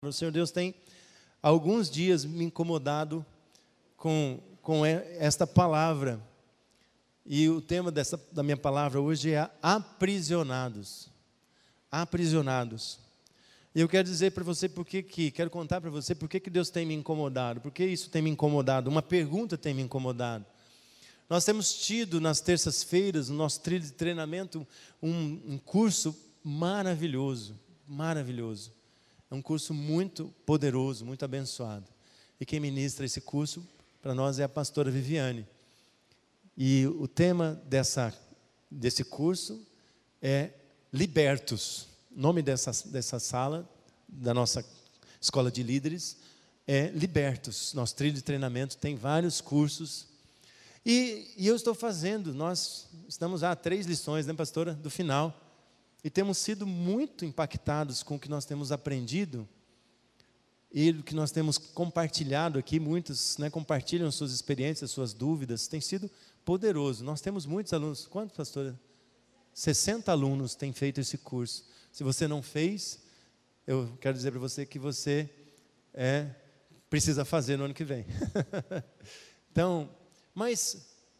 O Senhor Deus tem há alguns dias me incomodado com esta palavra. E o tema da minha palavra hoje é aprisionados. Aprisionados. E eu quero dizer para você quero contar para você por que Deus tem me incomodado. Por que isso tem me incomodado? Uma pergunta tem me incomodado. Nós temos tido nas terças-feiras, no nosso trilho de treinamento, um curso maravilhoso. Maravilhoso. É um curso muito poderoso, muito abençoado. E quem ministra esse curso para nós é a pastora Viviane. E o tema desse curso é Libertos. O nome dessa sala, da nossa escola de líderes, é Libertos. Nosso trilho de treinamento tem vários cursos. E eu estou fazendo, nós estamos há 3 lições, né, pastora, do final. E temos sido muito impactados com o que nós temos aprendido e o que nós temos compartilhado aqui. Muitos, né, compartilham suas experiências, suas dúvidas. Tem sido poderoso. Nós temos muitos alunos. Quantos, pastora? 60 alunos têm feito esse curso. Se você não fez, eu quero dizer para você que você precisa fazer no ano que vem. Então, mas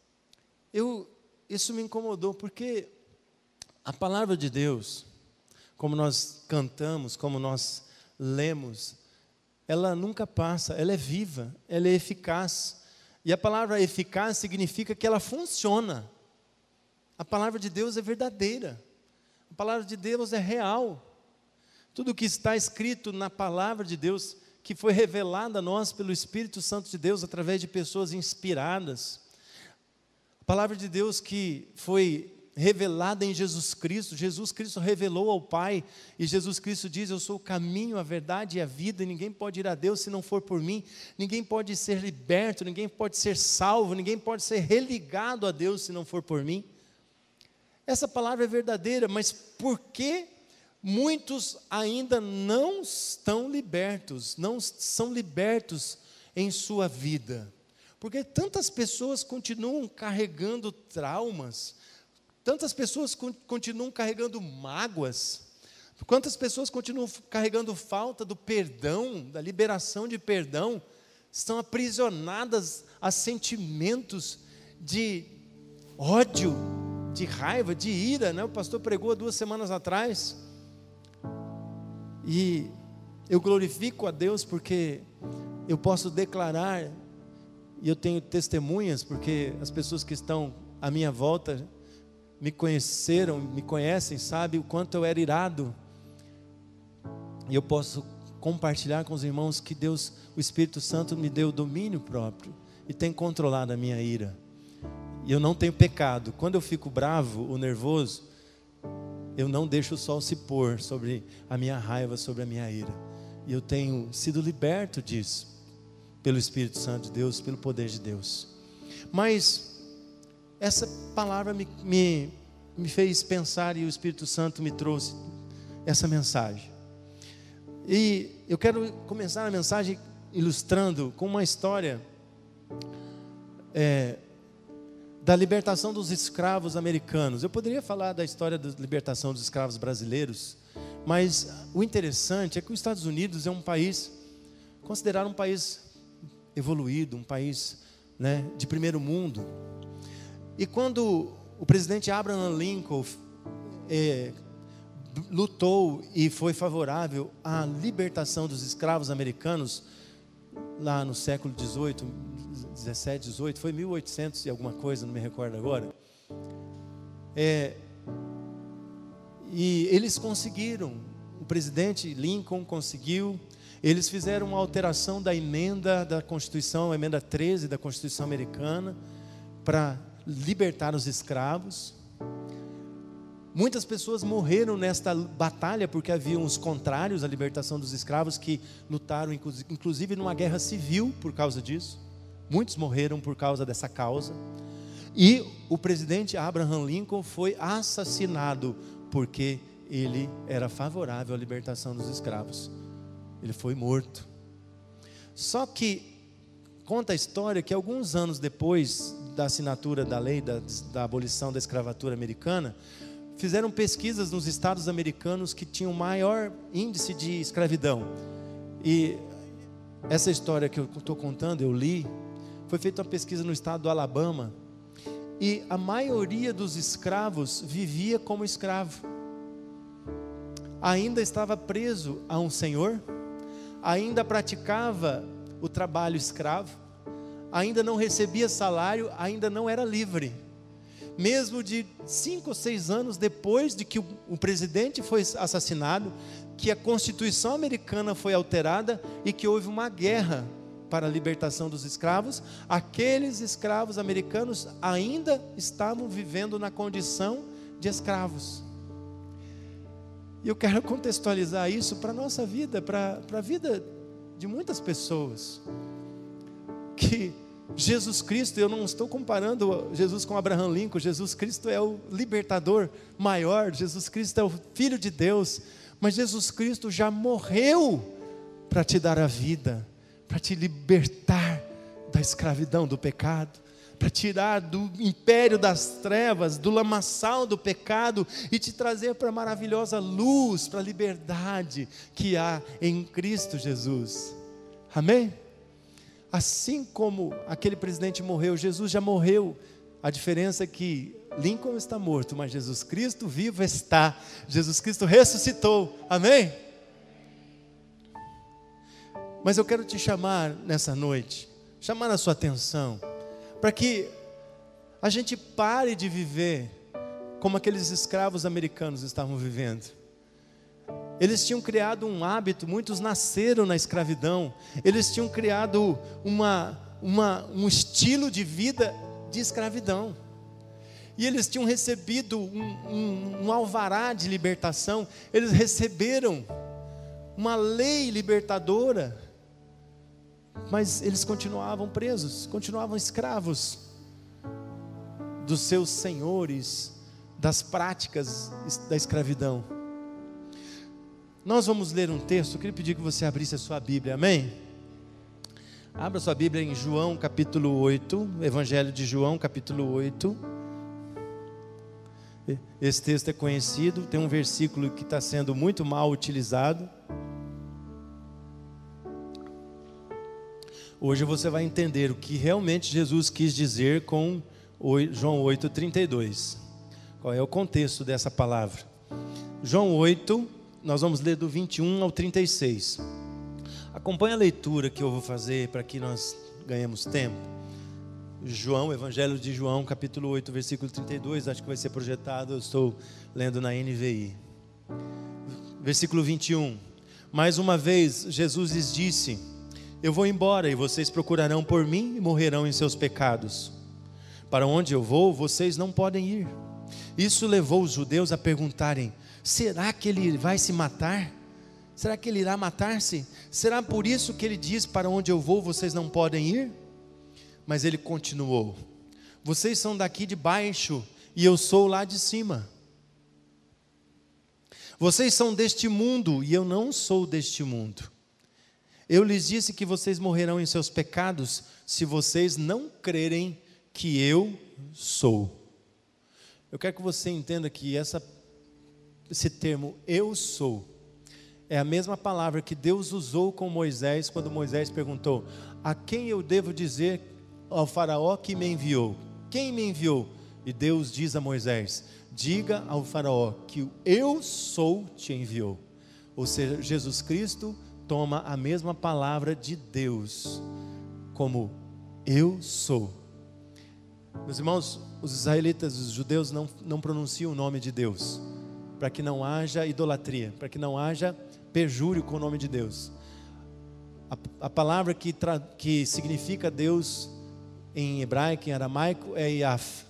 isso me incomodou, porque a palavra de Deus, como nós cantamos, como nós lemos, ela nunca passa, ela é viva, ela é eficaz. E a palavra eficaz significa que ela funciona. A palavra de Deus é verdadeira. A palavra de Deus é real. Tudo que está escrito na palavra de Deus, que foi revelada a nós pelo Espírito Santo de Deus, através de pessoas inspiradas. A palavra de Deus que foi revelada em Jesus Cristo. Jesus Cristo revelou ao Pai, e Jesus Cristo diz: eu sou o caminho, a verdade e a vida, e ninguém pode ir a Deus se não for por mim. Ninguém pode ser liberto, ninguém pode ser salvo, ninguém pode ser religado a Deus se não for por mim. Essa palavra é verdadeira, mas por que muitos ainda não estão libertos, não são libertos em sua vida? Porque tantas pessoas continuam carregando traumas, tantas pessoas continuam carregando mágoas, quantas pessoas continuam carregando falta do perdão, da liberação de perdão, estão aprisionadas a sentimentos de ódio, de raiva, de ira, né? O pastor pregou 2 semanas atrás, e eu glorifico a Deus porque eu posso declarar, e eu tenho testemunhas, porque as pessoas que estão à minha volta me conhecem, sabem o quanto eu era irado. E eu posso compartilhar com os irmãos que Deus, o Espírito Santo, me deu domínio próprio e tem controlado a minha ira. E eu não tenho pecado. Quando eu fico bravo ou nervoso, eu não deixo o sol se pôr sobre a minha raiva, sobre a minha ira. E eu tenho sido liberto disso, pelo Espírito Santo de Deus, pelo poder de Deus. Mas essa palavra me fez pensar, e o Espírito Santo me trouxe essa mensagem. E eu quero começar a mensagem ilustrando com uma história da libertação dos escravos americanos. Eu poderia falar da história da libertação dos escravos brasileiros, mas o interessante é que os Estados Unidos é um país, considerado um país evoluído, um país, né, de primeiro mundo. E quando o presidente Abraham Lincoln lutou e foi favorável à libertação dos escravos americanos, lá no século 17, 18, foi 1800 e alguma coisa, não me recordo agora. E eles conseguiram, o presidente Lincoln conseguiu, eles fizeram uma alteração da emenda da Constituição, a emenda 13 da Constituição Americana, para libertar os escravos. Muitas pessoas morreram nesta batalha, porque havia uns contrários à libertação dos escravos que lutaram, inclusive numa guerra civil por causa disso. Muitos morreram por causa dessa causa. E o presidente Abraham Lincoln foi assassinado porque ele era favorável à libertação dos escravos. Ele foi morto. Só que conta a história que alguns anos depois da assinatura da lei da abolição da escravatura americana, fizeram pesquisas nos estados americanos que tinham maior índice de escravidão. E essa história que eu estou contando, eu li, foi feita uma pesquisa no estado do Alabama, e a maioria dos escravos vivia como escravo. Ainda estava preso a um senhor, ainda praticava o trabalho escravo, ainda não recebia salário, ainda não era livre. Mesmo de 5 ou 6 anos depois de que o presidente foi assassinado, que a Constituição americana foi alterada e que houve uma guerra para a libertação dos escravos, aqueles escravos americanos ainda estavam vivendo na condição de escravos. E eu quero contextualizar isso para a nossa vida, para a vida de muitas pessoas, que Jesus Cristo, eu não estou comparando Jesus com Abraham Lincoln, Jesus Cristo é o libertador maior, Jesus Cristo é o Filho de Deus, mas Jesus Cristo já morreu para te dar a vida, para te libertar da escravidão do pecado, para tirar do império das trevas, do lamaçal do pecado e te trazer para a maravilhosa luz, para a liberdade que há em Cristo Jesus. Amém? Assim como aquele presidente morreu, Jesus já morreu. A diferença é que Lincoln está morto, mas Jesus Cristo vivo está. Jesus Cristo ressuscitou. Amém? Mas eu quero te chamar nessa noite, chamar a sua atenção, para que a gente pare de viver como aqueles escravos americanos estavam vivendo. Eles tinham criado um hábito, muitos nasceram na escravidão, eles tinham criado um estilo de vida de escravidão, e eles tinham recebido um alvará de libertação, eles receberam uma lei libertadora, mas eles continuavam presos, continuavam escravos dos seus senhores, das práticas da escravidão. Nós vamos ler um texto, eu queria pedir que você abrisse a sua Bíblia, amém? Abra sua Bíblia em João capítulo 8, Evangelho de João capítulo 8. Esse texto é conhecido, tem um versículo que está sendo muito mal utilizado. Hoje você vai entender o que realmente Jesus quis dizer com João 8,32. Qual é o contexto dessa palavra? João 8, nós vamos ler do 21 ao 36. Acompanhe a leitura que eu vou fazer para que nós ganhemos tempo. João, Evangelho de João, capítulo 8, versículo 32, acho que vai ser projetado, eu estou lendo na NVI. Versículo 21. Mais uma vez, Jesus lhes disse: eu vou embora e vocês procurarão por mim e morrerão em seus pecados. Para onde eu vou, vocês não podem ir. Isso levou os judeus a perguntarem: será que ele vai se matar? Será que ele irá matar-se? Será por isso que ele diz: para onde eu vou, vocês não podem ir? Mas ele continuou: vocês são daqui de baixo e eu sou lá de cima. Vocês são deste mundo e eu não sou deste mundo. Eu lhes disse que vocês morrerão em seus pecados se vocês não crerem que eu sou. Eu quero que você entenda que esse termo eu sou é a mesma palavra que Deus usou com Moisés quando Moisés perguntou: a quem eu devo dizer ao faraó que me enviou? Quem me enviou? E Deus diz a Moisés: diga ao faraó que o eu sou te enviou. Ou seja, Jesus Cristo toma a mesma palavra de Deus como eu sou. Meus irmãos, os israelitas, os judeus não pronunciam o nome de Deus, para que não haja idolatria, para que não haja perjúrio com o nome de Deus. A palavra que significa Deus em hebraico, em aramaico, é Yaf.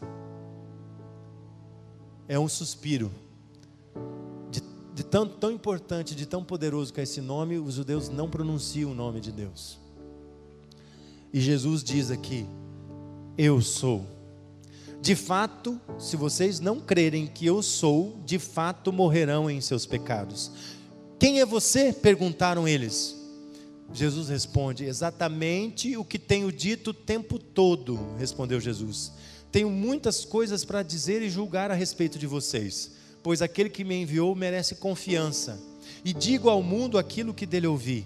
É um suspiro. De tão importante, de tão poderoso que é esse nome, os judeus não pronunciam o nome de Deus. E Jesus diz aqui: eu sou. De fato, se vocês não crerem que eu sou, de fato morrerão em seus pecados. Quem é você? Perguntaram eles. Jesus responde: exatamente o que tenho dito o tempo todo, respondeu Jesus. Tenho muitas coisas para dizer e julgar a respeito de vocês, pois aquele que me enviou merece confiança, e digo ao mundo aquilo que dele ouvi.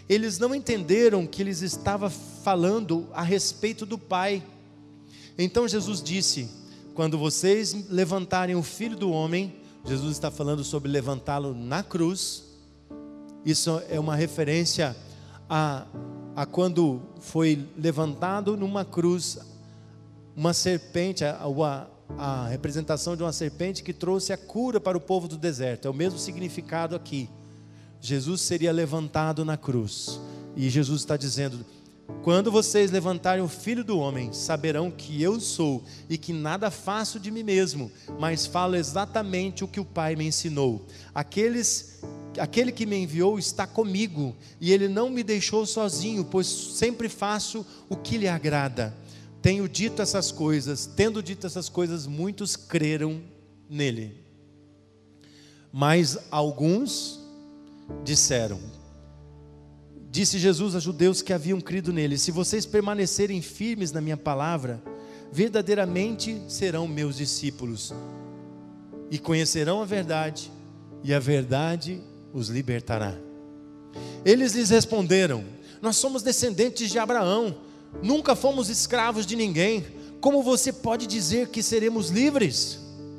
eles não entenderam que eles estavam falando a respeito do Pai. Então Jesus disse: quando vocês levantarem o Filho do Homem, Jesus está falando sobre levantá-lo na cruz. Isso é uma referência a quando foi levantado numa cruz uma serpente, a representação de uma serpente que trouxe a cura para o povo do deserto. É o mesmo significado aqui. Jesus seria levantado na cruz, e Jesus está dizendo: quando vocês levantarem o Filho do Homem, saberão que eu sou, e que nada faço de mim mesmo, mas falo exatamente o que o Pai me ensinou. Aquele que me enviou está comigo, e Ele não me deixou sozinho, pois sempre faço o que lhe agrada. Tendo dito essas coisas, muitos creram nele. Mas alguns disseram, disse Jesus a judeus que haviam crido nele: se vocês permanecerem firmes na minha palavra, verdadeiramente serão meus discípulos, e conhecerão a verdade, e a verdade os libertará. Eles lhes responderam: nós somos descendentes de Abraão, nunca fomos escravos de ninguém. Como você pode dizer que seremos livres?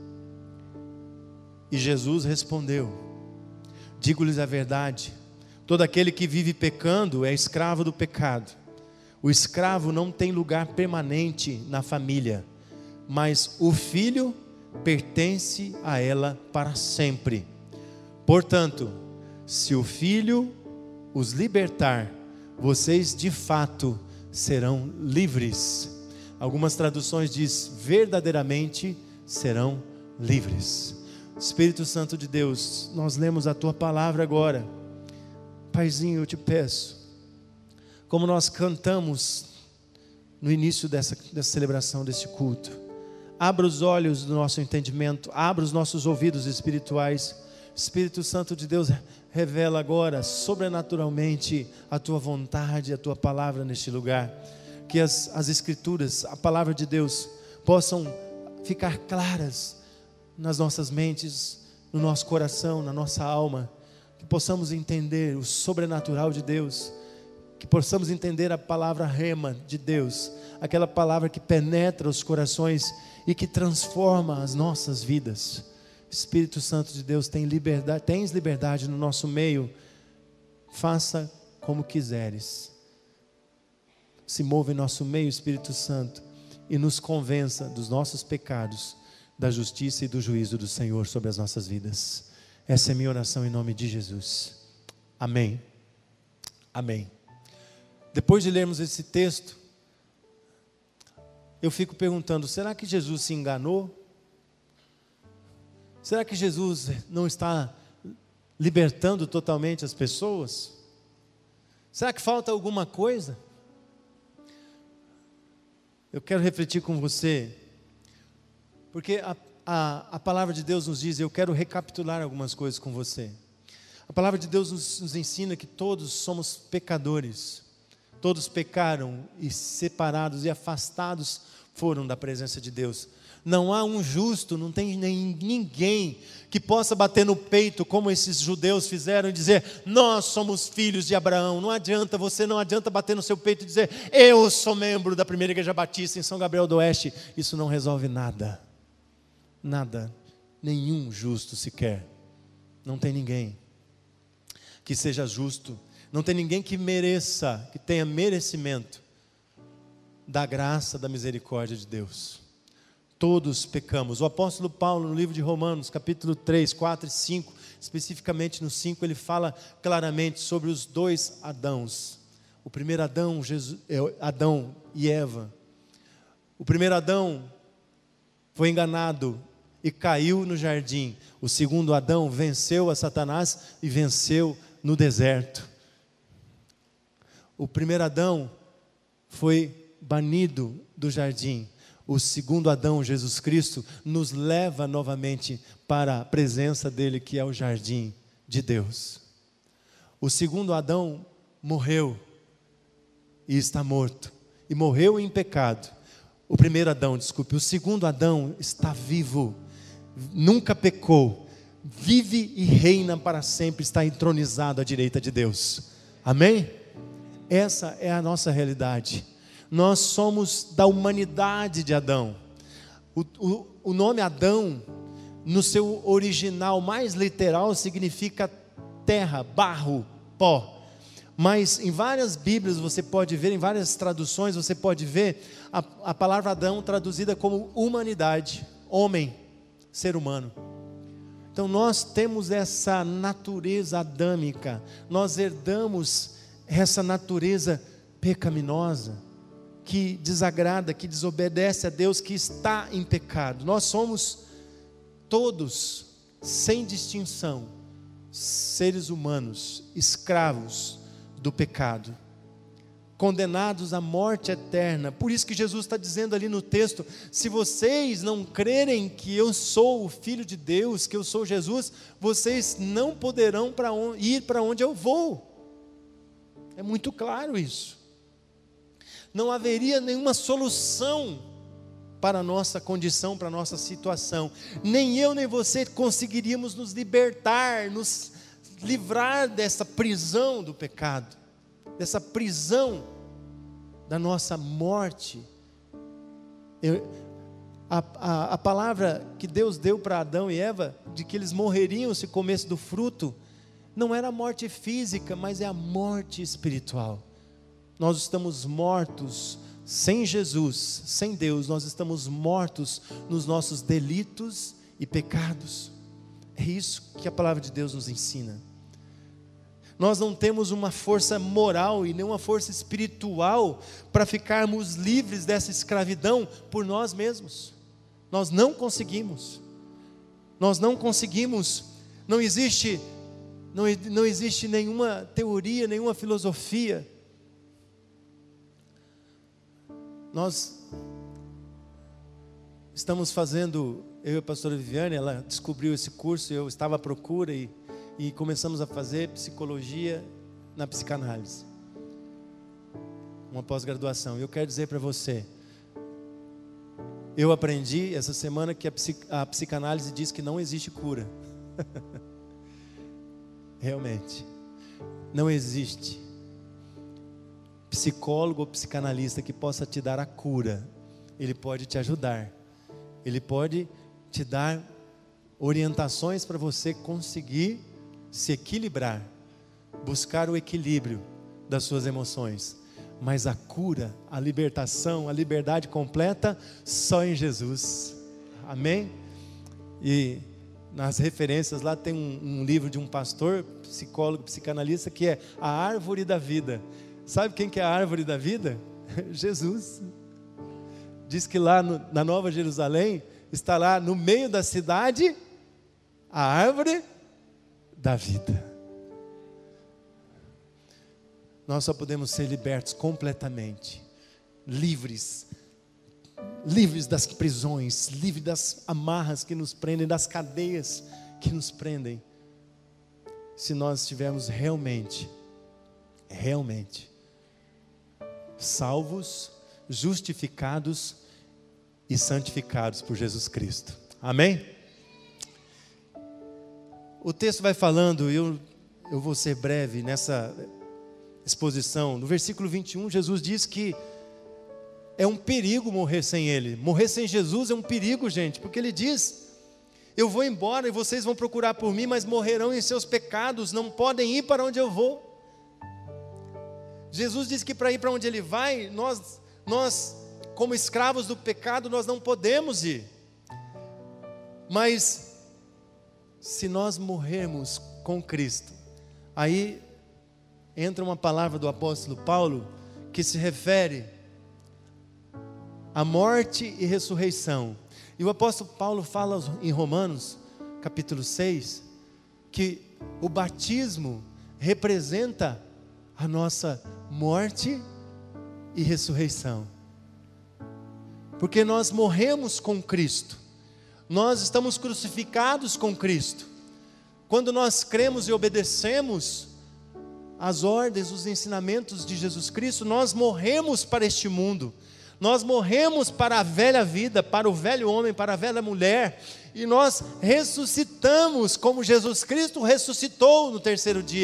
E Jesus respondeu: digo-lhes a verdade, todo aquele que vive pecando é escravo do pecado. O escravo não tem lugar permanente na família, mas o filho pertence a ela para sempre. Portanto, se o filho os libertar, vocês de fato serão livres. Algumas traduções diz: verdadeiramente serão livres. Espírito Santo de Deus, nós lemos a tua palavra agora. Paizinho, eu te peço, como nós cantamos no início dessa celebração, desse culto, abra os olhos do nosso entendimento, abra os nossos ouvidos espirituais. Espírito Santo de Deus, revela agora sobrenaturalmente a tua vontade, a tua palavra neste lugar. Que as escrituras, a palavra de Deus, possam ficar claras nas nossas mentes, no nosso coração, na nossa alma. Que possamos entender o sobrenatural de Deus, que possamos entender a palavra rema de Deus, aquela palavra que penetra os corações e que transforma as nossas vidas. Espírito Santo de Deus, tens liberdade no nosso meio. Faça como quiseres. Se mova em nosso meio, Espírito Santo, e nos convença dos nossos pecados, da justiça e do juízo do Senhor sobre as nossas vidas. Essa é minha oração em nome de Jesus. Amém. Amém. Depois de lermos esse texto, eu fico perguntando: será que Jesus se enganou? Será que Jesus não está libertando totalmente as pessoas? Será que falta alguma coisa? Eu quero refletir com você, porque a palavra de Deus nos diz, eu quero recapitular algumas coisas com você. A palavra de Deus nos ensina que todos somos pecadores, todos pecaram e separados e afastados foram da presença de Deus. Não há um justo, não tem ninguém que possa bater no peito como esses judeus fizeram e dizer: nós somos filhos de Abraão. Não adianta, você não adianta bater no seu peito e dizer: eu sou membro da primeira igreja batista em São Gabriel do Oeste. Isso não resolve nada, nada, nenhum justo sequer. Não tem ninguém que seja justo, não tem ninguém que mereça, que tenha merecimento da graça, da misericórdia de Deus. Todos pecamos. O apóstolo Paulo, no livro de Romanos, capítulo 3, 4 e 5, especificamente no 5, ele fala claramente sobre os dois Adãos. O primeiro Adão, Adão e Eva. O primeiro Adão foi enganado e caiu no jardim. O segundo Adão venceu a Satanás e venceu no deserto. O primeiro Adão foi banido do jardim. O segundo Adão, Jesus Cristo, nos leva novamente para a presença dele, que é o jardim de Deus. O segundo Adão morreu e está morto, e morreu em pecado. O primeiro Adão, o segundo Adão está vivo, nunca pecou, vive e reina para sempre, está entronizado à direita de Deus. Amém? Essa é a nossa realidade. Nós somos da humanidade de Adão. O nome Adão, no seu original mais literal, significa terra, barro, pó. Mas em várias Bíblias você pode ver, em várias traduções você pode ver a palavra Adão traduzida como humanidade, homem, ser humano. Então nós temos essa natureza adâmica, nós herdamos essa natureza pecaminosa, que desagrada, que desobedece a Deus, que está em pecado. Nós somos todos, sem distinção, seres humanos, escravos do pecado, condenados à morte eterna. Por isso que Jesus está dizendo ali no texto: se vocês não crerem que eu sou o Filho de Deus, que eu sou Jesus, vocês não poderão ir para onde eu vou. É muito claro isso. Não haveria nenhuma solução para a nossa condição, para a nossa situação. Nem eu nem você conseguiríamos nos libertar, nos livrar dessa prisão do pecado, dessa prisão da nossa morte. A palavra que Deus deu para Adão e Eva, de que eles morreriam se comessem do fruto, não era a morte física, mas é a morte espiritual. Nós estamos mortos sem Jesus, sem Deus. Nós estamos mortos nos nossos delitos e pecados. É isso que a palavra de Deus nos ensina. Nós não temos uma força moral e nem uma força espiritual para ficarmos livres dessa escravidão por nós mesmos. Nós não conseguimos. Nós não conseguimos. Não existe nenhuma teoria, nenhuma filosofia. Nós estamos fazendo, eu e a pastora Viviane, ela descobriu esse curso, eu estava à procura e começamos a fazer psicologia na psicanálise, uma pós-graduação. E eu quero dizer para você, eu aprendi essa semana que a psicanálise diz que não existe cura. Realmente, não existe psicólogo ou psicanalista que possa te dar a cura. Ele pode te ajudar, ele pode te dar orientações para você conseguir se equilibrar, buscar o equilíbrio das suas emoções. Mas a cura, a libertação, a liberdade completa, só em Jesus. Amém? E nas referências lá tem um livro de um pastor, psicólogo, psicanalista, que é A Árvore da Vida. Sabe quem que é a árvore da vida? Jesus. Diz que lá na Nova Jerusalém, está lá no meio da cidade, a árvore da vida. Nós só podemos ser libertos completamente, livres das prisões, livres das amarras que nos prendem, das cadeias que nos prendem, se nós estivermos realmente salvos, justificados e santificados por Jesus Cristo. Amém? O texto vai falando, eu vou ser breve nessa exposição. No versículo 21, Jesus diz que é um perigo morrer sem Ele. Morrer sem Jesus é um perigo, gente, porque Ele diz: eu vou embora e vocês vão procurar por mim, mas morrerão em seus pecados, não podem ir para onde eu vou. Jesus diz que para ir para onde Ele vai, nós como escravos do pecado, nós não podemos ir. Mas se nós morrermos com Cristo, aí entra uma palavra do apóstolo Paulo, que se refere à morte e ressurreição. E o apóstolo Paulo fala em Romanos, capítulo 6, que o batismo representa a nossa morte e ressurreição. Porque nós morremos com Cristo, nós estamos crucificados com Cristo. Quando nós cremos e obedecemos as ordens, os ensinamentos de Jesus Cristo, nós morremos para este mundo, nós morremos para a velha vida, para o velho homem, para a velha mulher, e nós ressuscitamos como Jesus Cristo ressuscitou no terceiro dia.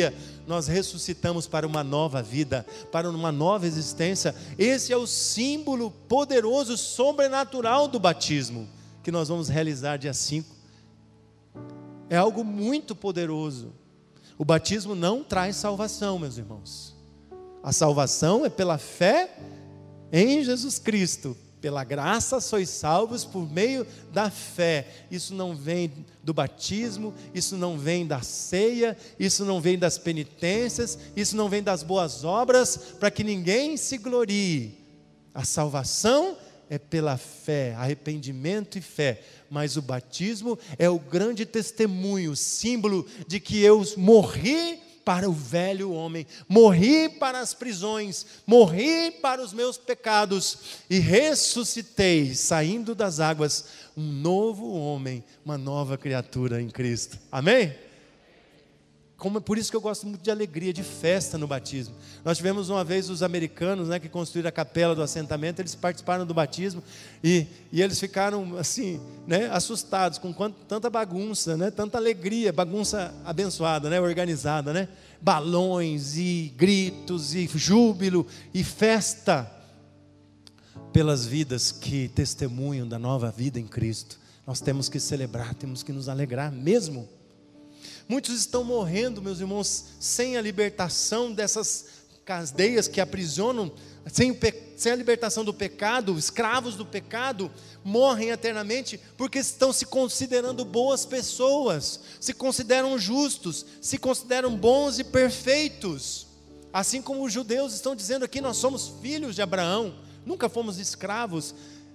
nós ressuscitamos para uma nova vida, para uma nova existência. Esse é o símbolo poderoso, sobrenatural do batismo, que nós vamos realizar dia 5. É algo muito poderoso. O batismo não traz salvação, meus irmãos. A salvação é pela fé em Jesus Cristo. Pela graça sois salvos por meio da fé. Isso não vem do batismo, isso não vem da ceia, isso não vem das penitências, isso não vem das boas obras, para que ninguém se glorie. A salvação é pela fé, arrependimento e fé. Mas o batismo é o grande testemunho, símbolo de que eu morri para o velho homem, morri para as prisões, morri para os meus pecados e ressuscitei, saindo das águas, um novo homem, uma nova criatura em Cristo. Amém? Por isso que eu gosto muito de alegria, de festa no batismo. Nós tivemos uma vez os americanos, que construíram a capela do assentamento, eles participaram do batismo e eles ficaram assim, assustados com tanta bagunça, tanta alegria, bagunça abençoada, organizada, balões e gritos e júbilo e festa pelas vidas que testemunham da nova vida em Cristo. Nós temos que celebrar, temos que nos alegrar mesmo. Muitos estão morrendo, meus irmãos, sem a libertação dessas cadeias que aprisionam, sem a libertação do pecado, escravos do pecado, morrem eternamente, porque estão se considerando boas pessoas, se consideram justos, se consideram bons e perfeitos. Assim como os judeus estão dizendo aqui, nós somos filhos de Abraão, nunca fomos escravos.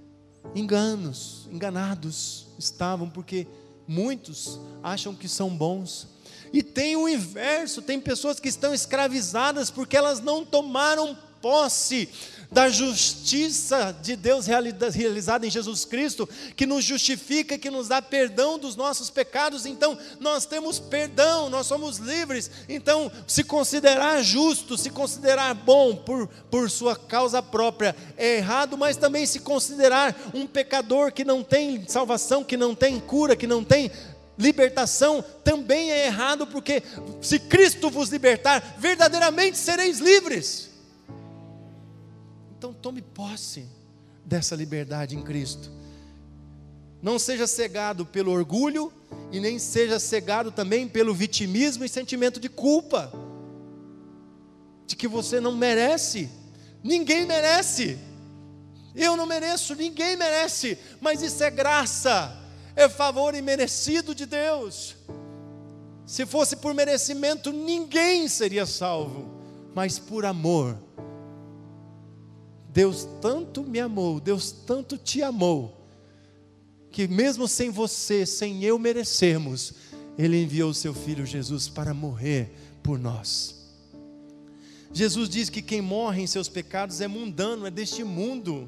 Enganados estavam, porque muitos acham que são bons. E tem o inverso, tem pessoas que estão escravizadas porque elas não tomaram posse da justiça de Deus realizada em Jesus Cristo, que nos justifica, que nos dá perdão dos nossos pecados. Então nós temos perdão, nós somos livres. Então se considerar justo, se considerar bom por sua causa própria é errado, mas também se considerar um pecador que não tem salvação, que não tem cura, que não tem libertação, também é errado, porque se Cristo vos libertar, verdadeiramente sereis livres. Então tome posse dessa liberdade em Cristo. Não seja cegado pelo orgulho e nem seja cegado também pelo vitimismo e sentimento de culpa, de que você não merece. Ninguém merece. Eu não mereço, ninguém merece, mas isso é graça, é favor imerecido de Deus. Se fosse por merecimento, ninguém seria salvo, mas por amor. Deus tanto me amou, Deus tanto te amou, que mesmo sem você, sem eu merecermos, Ele enviou o seu Filho Jesus para morrer por nós. Jesus diz que quem morre em seus pecados é mundano, é deste mundo.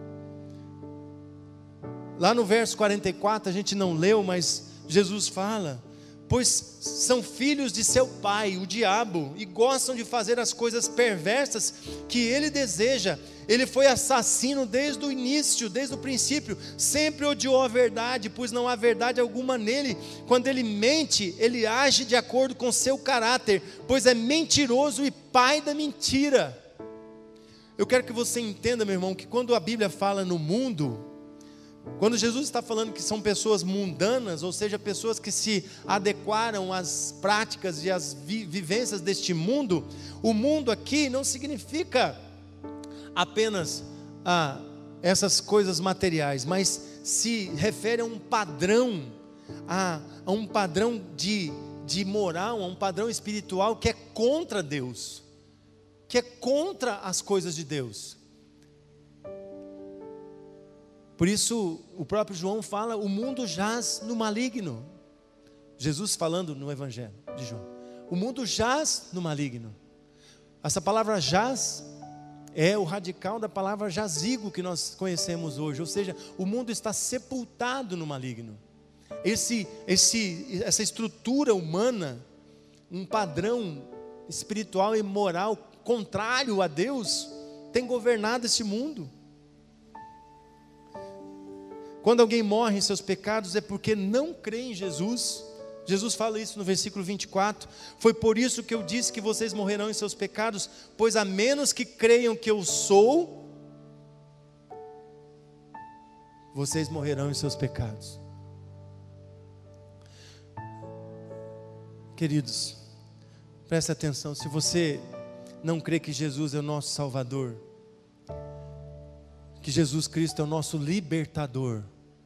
Lá no verso 44, a gente não leu, mas Jesus fala: pois são filhos de seu pai, o diabo, e gostam de fazer as coisas perversas que ele deseja. Ele foi assassino desde o início, desde o princípio, sempre odiou a verdade, pois não há verdade alguma nele. Quando ele mente, ele age de acordo com seu caráter, pois é mentiroso e pai da mentira. Eu quero que você entenda, meu irmão, que quando a Bíblia fala no mundo, quando Jesus está falando que são pessoas mundanas, ou seja, pessoas que se adequaram às práticas e às vivências deste mundo, o mundo aqui não significa apenas essas coisas materiais, mas se refere a um padrão, a um padrão de moral, a um padrão espiritual que é contra Deus, que é contra as coisas de Deus. Por isso o próprio João fala: o mundo jaz no maligno. Jesus falando no Evangelho de João: o mundo jaz no maligno. Essa palavra jaz é o radical da palavra jazigo que nós conhecemos hoje, ou seja, o mundo está sepultado no maligno. Essa estrutura humana, um padrão espiritual e moral contrário a Deus, tem governado esse mundo. Quando alguém morre em seus pecados é porque não crê em Jesus, Jesus fala isso no versículo 24. Foi por isso que eu disse que vocês morrerão em seus pecados, pois a menos que creiam que eu sou, vocês morrerão em seus pecados. Queridos, preste atenção, se você não crê que Jesus é o nosso Salvador, que Jesus Cristo é o nosso libertador,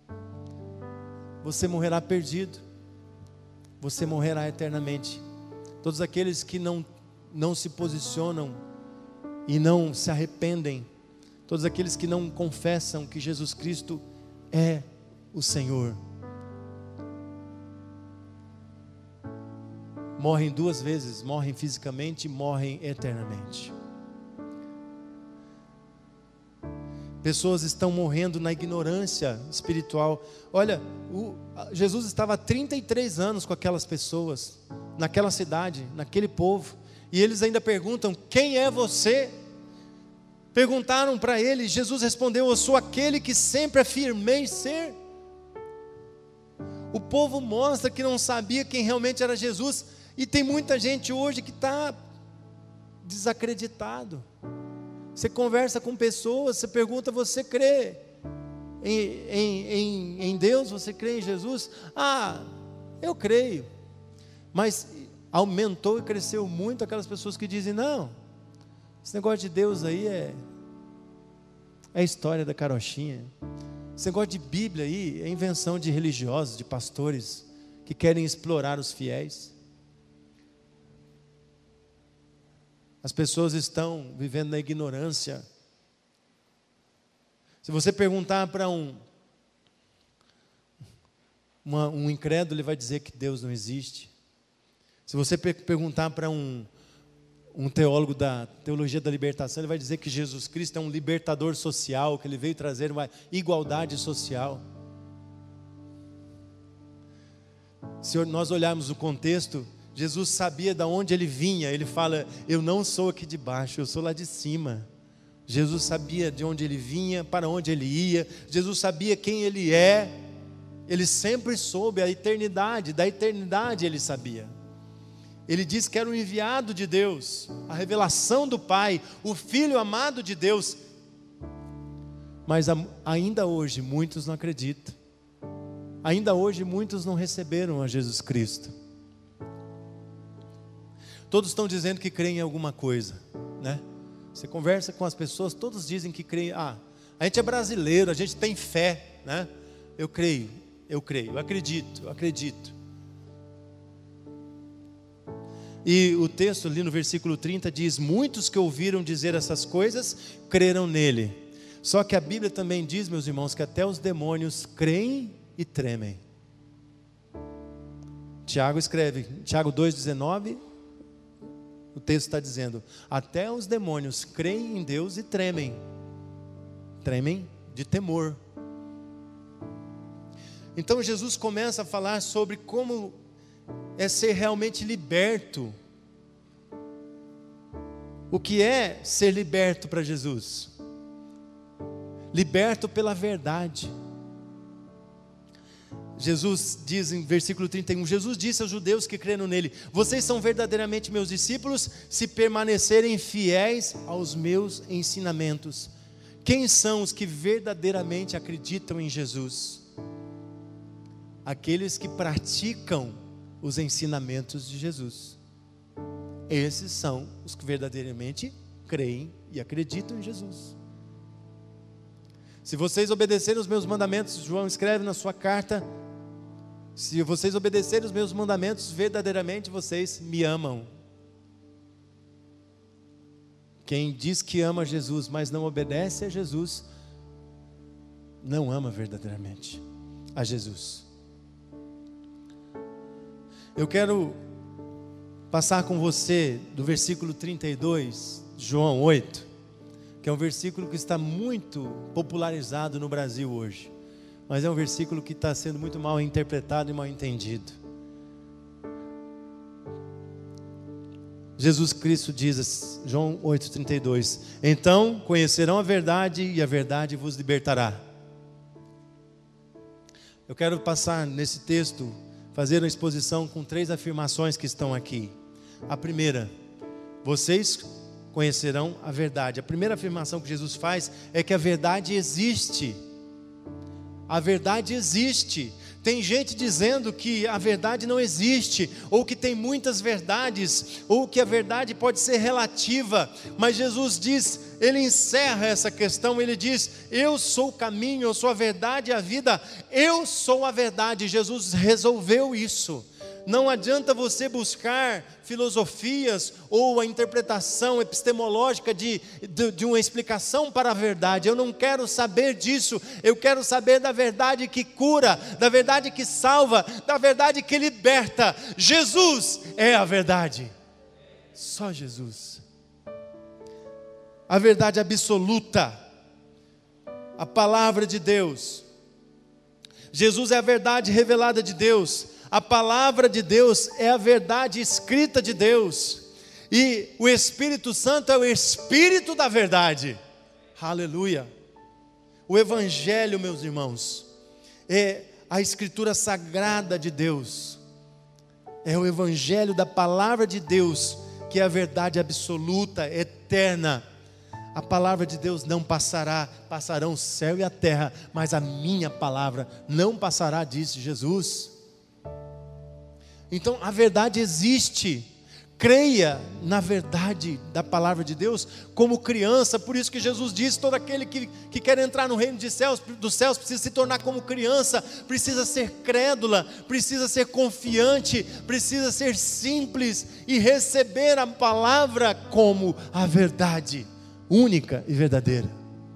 você morrerá perdido, você morrerá eternamente. Todos aqueles que não se posicionam e não se arrependem, todos aqueles que não confessam que Jesus Cristo é o Senhor, morrem duas vezes, morrem fisicamente e morrem eternamente. Pessoas estão morrendo na ignorância espiritual. Olha, Jesus estava há 33 anos com aquelas pessoas, naquela cidade, naquele povo, e eles ainda perguntam: quem é você? Perguntaram para ele, Jesus respondeu: eu sou aquele que sempre afirmei ser. O povo mostra que não sabia quem realmente era Jesus, e tem muita gente hoje que está desacreditado. Você conversa com pessoas, você pergunta: você crê em Deus? Você crê em Jesus? Ah, eu creio. Mas aumentou e cresceu muito aquelas pessoas que dizem: não, esse negócio de Deus aí é história da carochinha. Esse negócio de Bíblia aí é invenção de religiosos, de pastores que querem explorar os fiéis. As pessoas estão vivendo na ignorância. Se você perguntar para um incrédulo, ele vai dizer que Deus não existe. Se você perguntar para um teólogo da teologia da libertação, ele vai dizer que Jesus Cristo é um libertador social, que ele veio trazer uma igualdade social. Se nós olharmos o contexto, Jesus sabia de onde ele vinha. Ele fala: eu não sou aqui de baixo, eu sou lá de cima. Jesus sabia de onde ele vinha, para onde ele ia. Jesus sabia quem ele é. Ele sempre soube a eternidade, da eternidade ele sabia. Ele disse que era o enviado de Deus, a revelação do Pai, o Filho amado de Deus. Mas ainda hoje muitos não acreditam. Ainda hoje muitos não receberam a Jesus Cristo. Todos estão dizendo que creem em alguma coisa, né? Você conversa com as pessoas, todos dizem que creem. A gente é brasileiro, a gente tem fé, né? Eu creio, eu acredito. E o texto ali no versículo 30 diz: muitos que ouviram dizer essas coisas, creram nele. Só que a Bíblia também diz, meus irmãos, que até os demônios creem e tremem. Tiago escreve, Tiago 2,19, o texto está dizendo: até os demônios creem em Deus e tremem. Tremem de temor. Então Jesus começa a falar sobre como é ser realmente liberto. O que é ser liberto para Jesus? Liberto pela verdade. Jesus diz em versículo 31, Jesus disse aos judeus que creram nele: vocês são verdadeiramente meus discípulos se permanecerem fiéis aos meus ensinamentos. Quem são os que verdadeiramente acreditam em Jesus? Aqueles que praticam os ensinamentos de Jesus. Esses são os que verdadeiramente creem e acreditam em Jesus. Se vocês obedecerem os meus mandamentos, João escreve na sua carta: se vocês obedecerem os meus mandamentos, verdadeiramente vocês me amam. Quem diz que ama Jesus, mas não obedece a Jesus, não ama verdadeiramente a Jesus. Eu quero passar com você do versículo 32, João 8, que é um versículo que está muito popularizado no Brasil hoje, mas é um versículo que está sendo muito mal interpretado e mal entendido. Jesus Cristo diz, João 8,32: então conhecerão a verdade e a verdade vos libertará. Eu quero passar nesse texto fazer uma exposição com 3 afirmações que estão aqui. A primeira: vocês conhecerão a verdade. A primeira afirmação que Jesus faz é que a verdade existe. A verdade existe. Tem gente dizendo que a verdade não existe, ou que tem muitas verdades, ou que a verdade pode ser relativa, mas Jesus diz, Ele encerra essa questão, Ele diz: eu sou o caminho, eu sou a verdade e a vida, eu sou a verdade. Jesus resolveu isso. Não adianta você buscar filosofias ou a interpretação epistemológica de uma explicação para a verdade. Eu não quero saber disso. Eu quero saber da verdade que cura, da verdade que salva, da verdade que liberta. Jesus é a verdade. Só Jesus. A verdade absoluta. A palavra de Deus. Jesus é a verdade revelada de Deus. A palavra de Deus é a verdade escrita de Deus, e o Espírito Santo é o Espírito da verdade. Aleluia. O Evangelho, meus irmãos, é a Escritura sagrada de Deus, é o Evangelho da palavra de Deus, que é a verdade absoluta, eterna. A palavra de Deus não passará, passarão o céu e a terra, mas a minha palavra não passará, disse Jesus. Então a verdade existe. Creia na verdade da palavra de Deus como criança. Por isso que Jesus disse: todo aquele que quer entrar no reino dos céus precisa se tornar como criança, precisa ser crédula, precisa ser confiante, precisa ser simples e receber a palavra como a verdade única e verdadeira.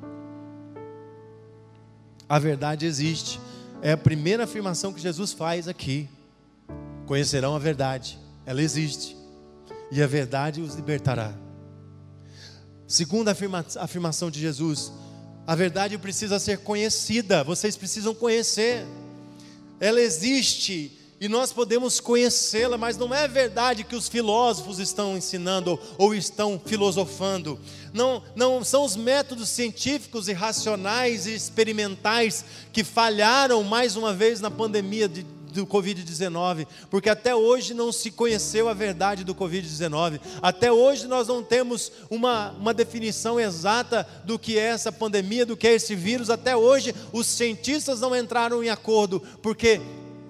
A verdade existe. É a primeira afirmação que Jesus faz aqui. Conhecerão a verdade, ela existe, e a verdade os libertará. Segunda afirmação de Jesus: a verdade precisa ser conhecida. Vocês precisam conhecer. Ela existe e nós podemos conhecê-la, mas não é verdade que os filósofos estão ensinando ou estão filosofando. Não são os métodos científicos e racionais e experimentais que falharam mais uma vez na pandemia do Covid-19, porque até hoje não se conheceu a verdade do Covid-19, até hoje nós não temos uma definição exata do que é essa pandemia, do que é esse vírus. Até hoje os cientistas não entraram em acordo, porque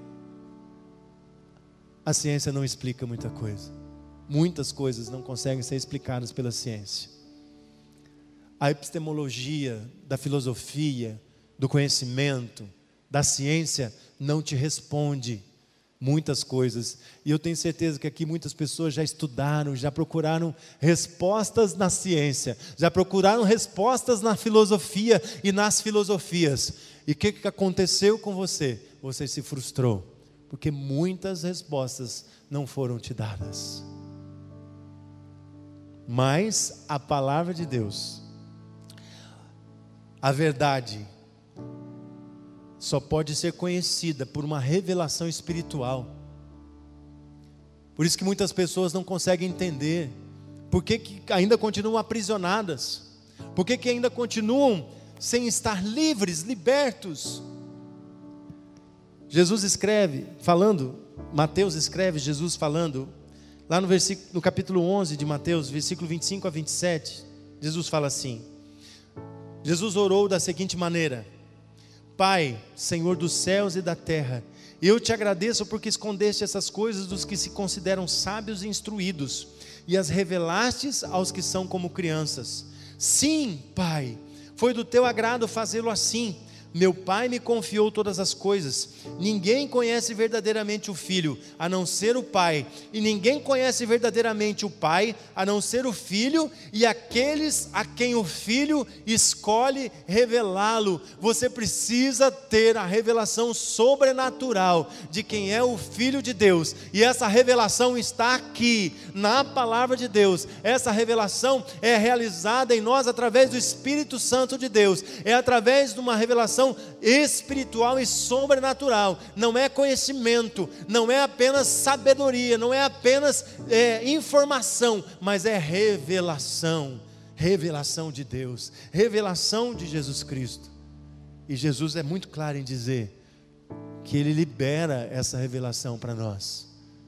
a ciência não explica muita coisa. Muitas coisas não conseguem ser explicadas pela ciência. A epistemologia da filosofia, do conhecimento, da ciência não te responde muitas coisas. E eu tenho certeza que aqui muitas pessoas já estudaram, já procuraram respostas na ciência, já procuraram respostas na filosofia e nas filosofias. E o que aconteceu com você? Você se frustrou, porque muitas respostas não foram te dadas. Mas a palavra de Deus, a verdade, só pode ser conhecida por uma revelação espiritual. Por isso que muitas pessoas não conseguem entender por que ainda continuam aprisionadas, por que ainda continuam sem estar livres, libertos. Jesus escreve, Mateus escreve, Jesus falando, lá no capítulo 11 de Mateus, versículo 25 a 27, Jesus fala assim: Jesus orou da seguinte maneira: Pai, Senhor dos céus e da terra, eu te agradeço porque escondeste essas coisas dos que se consideram sábios e instruídos, e as revelastes aos que são como crianças. Sim, Pai, foi do teu agrado fazê-lo assim. Meu Pai me confiou todas as coisas. Ninguém conhece verdadeiramente o Filho, a não ser o Pai. E ninguém conhece verdadeiramente o Pai, a não ser o Filho e aqueles a quem o Filho escolhe revelá-lo. Você precisa ter a revelação sobrenatural de quem é o Filho de Deus. E essa revelação está aqui, na palavra de Deus. Essa revelação é realizada em nós através do Espírito Santo de Deus. É através de uma revelação espiritual e sobrenatural. Não é conhecimento, não é apenas sabedoria, não é apenas informação, mas é revelação. Revelação de Deus, revelação de Jesus Cristo. E Jesus é muito claro em dizer que Ele libera essa revelação para nós.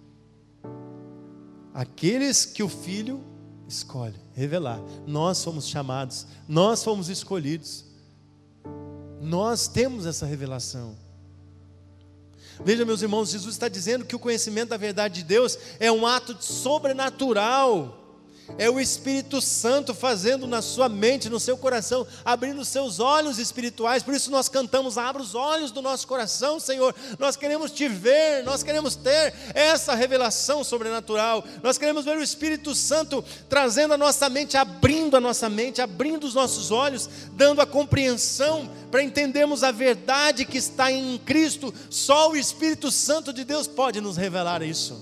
Aqueles que o Filho escolhe revelar. Nós fomos chamados, nós fomos escolhidos. Nós temos essa revelação. Veja, meus irmãos, Jesus está dizendo que o conhecimento da verdade de Deus é um ato sobrenatural. É o Espírito Santo fazendo na sua mente, no seu coração, abrindo os seus olhos espirituais. Por isso nós cantamos: abra os olhos do nosso coração, Senhor. Nós queremos te ver, nós queremos ter essa revelação sobrenatural. Nós queremos ver o Espírito Santo trazendo a nossa mente, abrindo os nossos olhos, dando a compreensão para entendermos a verdade que está em Cristo. Só o Espírito Santo de Deus pode nos revelar isso.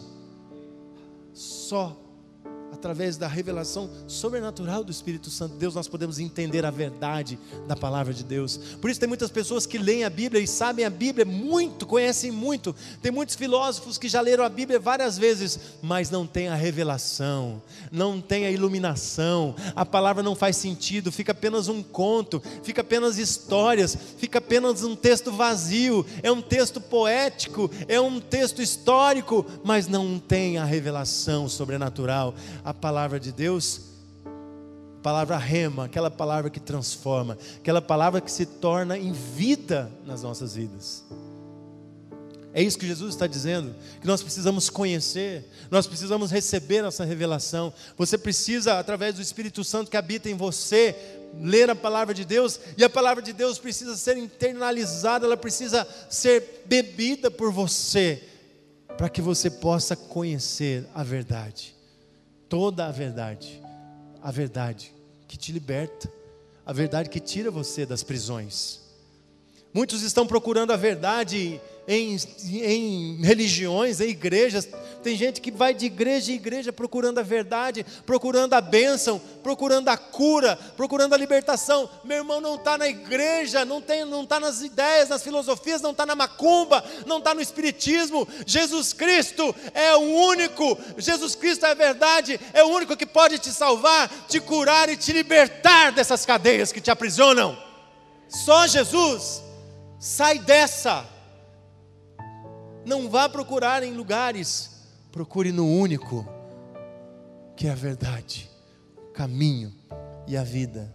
Só através da revelação sobrenatural do Espírito Santo de Deus, nós podemos entender a verdade da palavra de Deus. Por isso tem muitas pessoas que leem a Bíblia e sabem a Bíblia muito, conhecem muito. Tem muitos filósofos que já leram a Bíblia várias vezes, mas não tem a revelação, não tem a iluminação. A palavra não faz sentido, fica apenas um conto, fica apenas histórias, fica apenas um texto vazio. É um texto poético, é um texto histórico, mas não tem a revelação sobrenatural. A palavra de Deus, a palavra rema, aquela palavra que transforma, aquela palavra que se torna em vida nas nossas vidas. É isso que Jesus está dizendo, que nós precisamos conhecer, nós precisamos receber essa revelação. Você precisa, através do Espírito Santo que habita em você, ler a palavra de Deus, e a palavra de Deus precisa ser internalizada, ela precisa ser bebida por você, para que você possa conhecer a verdade. Toda a verdade que te liberta, a verdade que tira você das prisões. Muitos estão procurando a verdade em religiões, em igrejas. Tem gente que vai de igreja em igreja procurando a verdade, procurando a bênção, procurando a cura, procurando a libertação. Meu irmão, não está na igreja, não está nas ideias, nas filosofias, não está na macumba, não está no espiritismo. Jesus Cristo é o único, Jesus Cristo é a verdade, é o único que pode te salvar, te curar e te libertar dessas cadeias que te aprisionam. Só Jesus. Sai dessa. Não vá procurar em lugares, procure no único, que é a verdade, o caminho e a vida.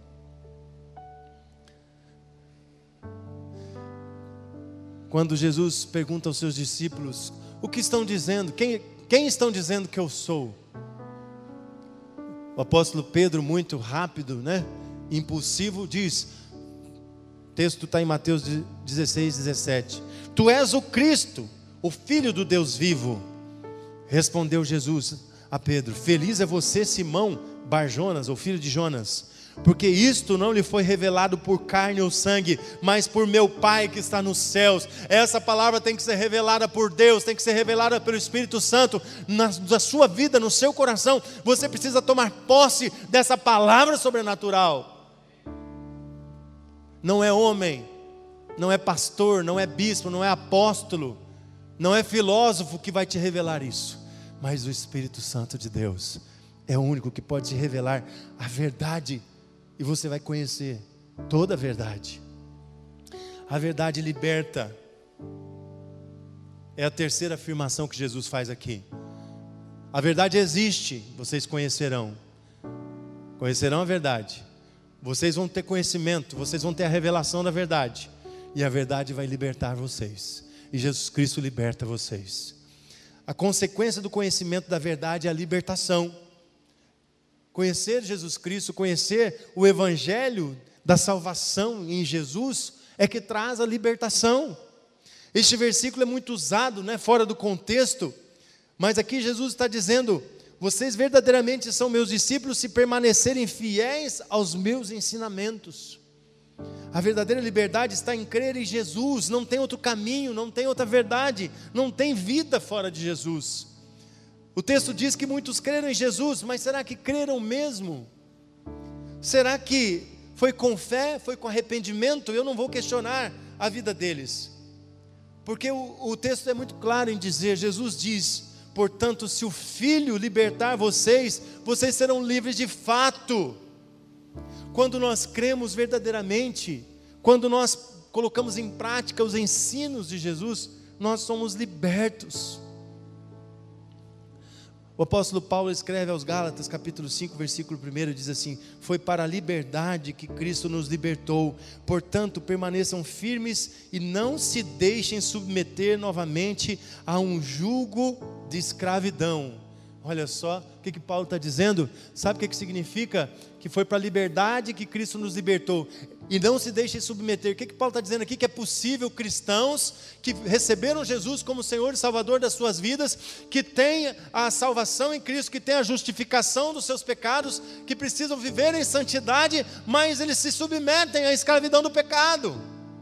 Quando Jesus pergunta aos seus discípulos: o que estão dizendo? Quem estão dizendo que eu sou? O apóstolo Pedro, muito rápido, impulsivo, diz, o texto está em Mateus 16, 17: tu és o Cristo, o Filho do Deus vivo. Respondeu Jesus a Pedro: feliz é você, Simão Bar-Jonas, ou filho de Jonas, porque isto não lhe foi revelado por carne ou sangue, mas por meu Pai que está nos céus. Essa palavra tem que ser revelada por Deus, tem que ser revelada pelo Espírito Santo na sua vida, no seu coração. Você precisa tomar posse dessa palavra sobrenatural. Não é homem, não é pastor, não é bispo, não é apóstolo, não é filósofo que vai te revelar isso, mas o Espírito Santo de Deus é o único que pode te revelar a verdade, e você vai conhecer toda a verdade. A verdade liberta. É a terceira afirmação que Jesus faz aqui. A verdade existe, vocês conhecerão a verdade. Vocês vão ter conhecimento, vocês vão ter a revelação da verdade, e a verdade vai libertar vocês, e Jesus Cristo liberta vocês. A consequência do conhecimento da verdade é a libertação. Conhecer Jesus Cristo, conhecer o Evangelho da salvação em Jesus, é que traz a libertação. Este versículo é muito usado, fora do contexto, mas aqui Jesus está dizendo: vocês verdadeiramente são meus discípulos se permanecerem fiéis aos meus ensinamentos. A verdadeira liberdade está em crer em Jesus. Não tem outro caminho, não tem outra verdade, não tem vida fora de Jesus. O texto diz que muitos creram em Jesus, mas será que creram mesmo? Será que foi com fé, foi com arrependimento? Eu não vou questionar a vida deles, porque o texto é muito claro em dizer, Jesus diz: portanto, se o Filho libertar vocês, vocês serão livres de fato. Quando nós cremos verdadeiramente, quando nós colocamos em prática os ensinos de Jesus, nós somos libertos. O apóstolo Paulo escreve aos Gálatas, capítulo 5, versículo 1, diz assim: foi para a liberdade que Cristo nos libertou, portanto permaneçam firmes e não se deixem submeter novamente a um jugo de escravidão. Olha só o que Paulo está dizendo. Sabe o que significa? Que foi para a liberdade que Cristo nos libertou. E não se deixem submeter. O que Paulo está dizendo aqui? Que é possível cristãos que receberam Jesus como Senhor e Salvador das suas vidas, que têm a salvação em Cristo, que têm a justificação dos seus pecados, que precisam viver em santidade, mas eles se submetem à escravidão do pecado.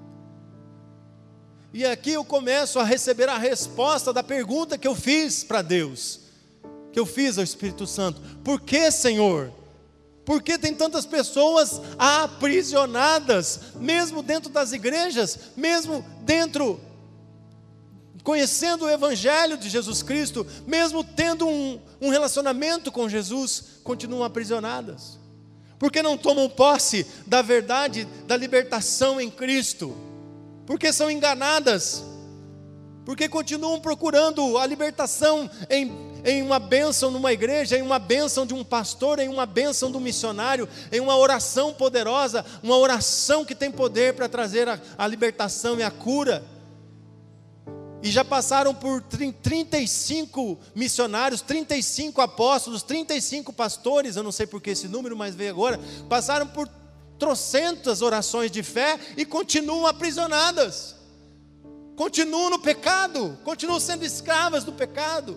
E aqui eu começo a receber a resposta da pergunta que eu fiz para Deus, que eu fiz ao Espírito Santo: por que, Senhor? Por que tem tantas pessoas aprisionadas, mesmo dentro das igrejas, mesmo dentro, conhecendo o Evangelho de Jesus Cristo, mesmo tendo um relacionamento com Jesus, continuam aprisionadas? Por que não tomam posse da verdade, da libertação em Cristo? Por que são enganadas? Porque continuam procurando a libertação em uma bênção numa igreja, em uma bênção de um pastor, em uma bênção do missionário, em uma oração poderosa, uma oração que tem poder para trazer a libertação e a cura. E já passaram por 35 missionários, 35 apóstolos, 35 pastores, eu não sei por que esse número, mas veio agora, passaram por trocentas orações de fé e continuam aprisionadas. Continuam no pecado, continuam sendo escravas do pecado.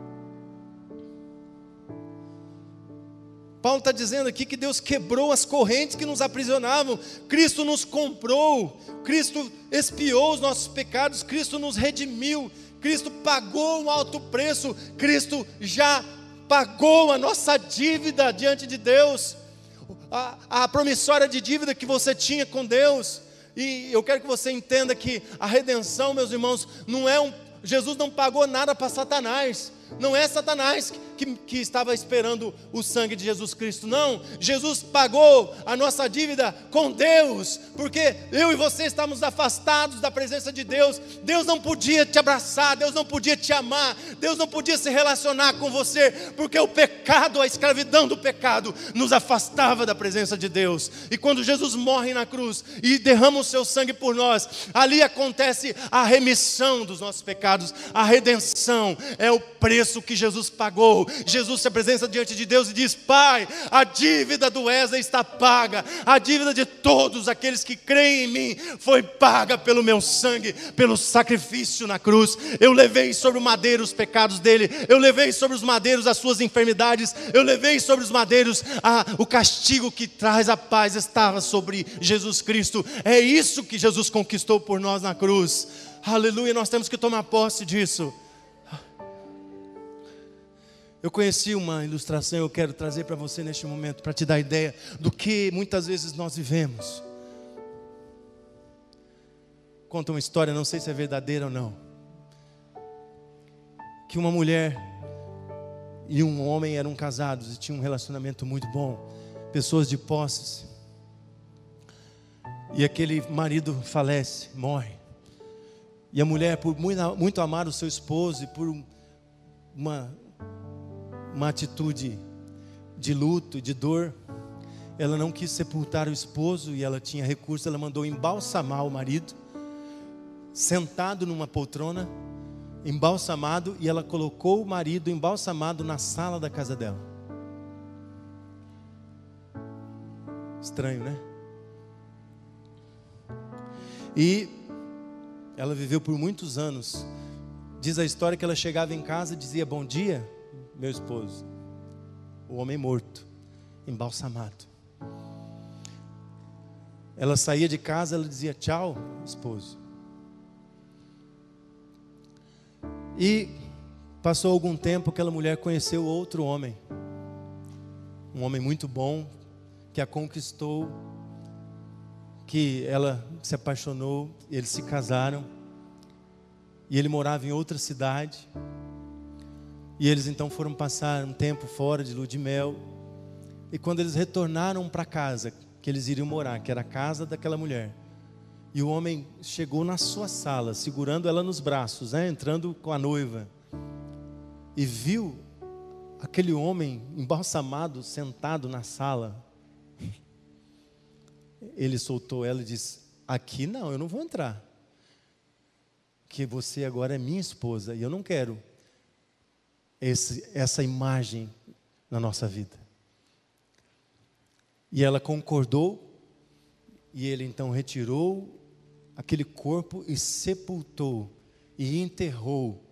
Paulo está dizendo aqui que Deus quebrou as correntes que nos aprisionavam. Cristo nos comprou, Cristo expiou os nossos pecados, Cristo nos redimiu, Cristo pagou um alto preço, Cristo já pagou a nossa dívida diante de Deus, a promissória de dívida que você tinha com Deus. E eu quero que você entenda que a redenção, meus irmãos, Jesus não pagou nada para Satanás. Não é Satanás que estava esperando o sangue de Jesus Cristo, não. Jesus pagou a nossa dívida com Deus, porque eu e você estávamos afastados da presença de Deus. Deus não podia te abraçar, Deus não podia te amar, Deus não podia se relacionar com você, porque o pecado, a escravidão do pecado, nos afastava da presença de Deus. E quando Jesus morre na cruz e derrama o seu sangue por nós, ali acontece a remissão dos nossos pecados, a redenção. É o preço que Jesus pagou. Jesus se apresenta diante de Deus e diz: Pai, a dívida do Wesley está paga, a dívida de todos aqueles que creem em mim foi paga pelo meu sangue, pelo sacrifício na cruz. Eu levei sobre o madeiro os pecados dele, eu levei sobre os madeiros as suas enfermidades, eu levei sobre os madeiros o castigo que traz a paz estava sobre Jesus Cristo. É isso que Jesus conquistou por nós na cruz. Aleluia, nós temos que tomar posse disso. Eu conheci uma ilustração, eu quero trazer para você neste momento, para te dar ideia do que muitas vezes nós vivemos. Conta uma história, não sei se é verdadeira ou não, que uma mulher e um homem eram casados e tinham um relacionamento muito bom, pessoas de posses. E aquele marido falece, morre. E a mulher, por muito amar o seu esposo e por uma atitude de luto, de dor, ela não quis sepultar o esposo e ela tinha recurso, ela mandou embalsamar o marido, sentado numa poltrona, embalsamado, e ela colocou o marido embalsamado na sala da casa dela. Estranho, né? E ela viveu por muitos anos. Diz a história que ela chegava em casa e dizia: bom dia, meu esposo. O homem morto, embalsamado. Ela saía de casa, ela dizia: tchau, esposo. E passou algum tempo, aquela mulher conheceu outro homem, um homem muito bom, que a conquistou, que ela se apaixonou, eles se casaram, e ele morava em outra cidade. E eles então foram passar um tempo fora de lua de mel. E quando eles retornaram para a casa que eles iriam morar, que era a casa daquela mulher, E o homem chegou na sua sala, segurando ela nos braços, entrando com a noiva. E viu aquele homem embalsamado, sentado na sala. Ele soltou ela e disse: aqui não, eu não vou entrar. Que você agora é minha esposa e eu não quero essa imagem na nossa vida. E ela concordou, e ele então retirou aquele corpo e sepultou, e enterrou,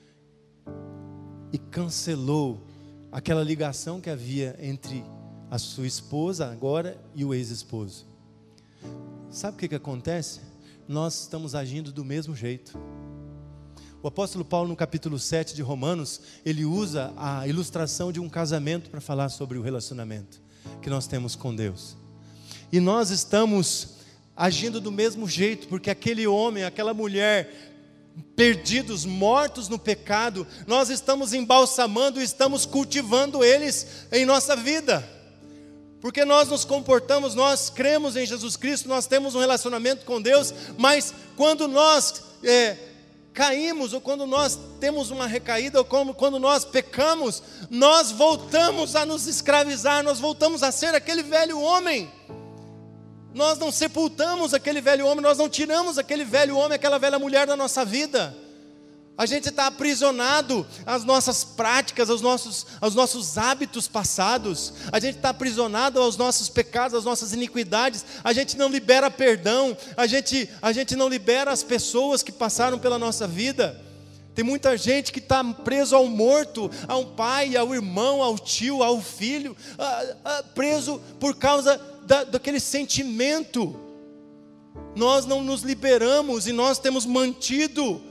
e cancelou aquela ligação que havia entre a sua esposa agora e o ex-esposo. Sabe o que acontece? Nós estamos agindo do mesmo jeito. O apóstolo Paulo, no capítulo 7 de Romanos, ele usa a ilustração de um casamento para falar sobre o relacionamento que nós temos com Deus. E nós estamos agindo do mesmo jeito, porque aquele homem, aquela mulher, perdidos, mortos no pecado, nós estamos embalsamando, estamos cultivando eles em nossa vida. Porque nós nos comportamos, nós cremos em Jesus Cristo, nós temos um relacionamento com Deus, mas quando nós caímos, ou quando nós temos uma recaída, ou quando nós pecamos, nós voltamos a nos escravizar, nós voltamos a ser aquele velho homem. Nós não sepultamos aquele velho homem, nós não tiramos aquele velho homem, aquela velha mulher da nossa vida. A gente está aprisionado às nossas práticas, aos nossos hábitos passados. A gente está aprisionado aos nossos pecados, às nossas iniquidades. A gente não libera perdão. A gente não libera as pessoas que passaram pela nossa vida. Tem muita gente que está preso ao morto, ao pai, ao irmão, ao tio, ao filho, preso por causa daquele sentimento. Nós não nos liberamos e nós temos mantido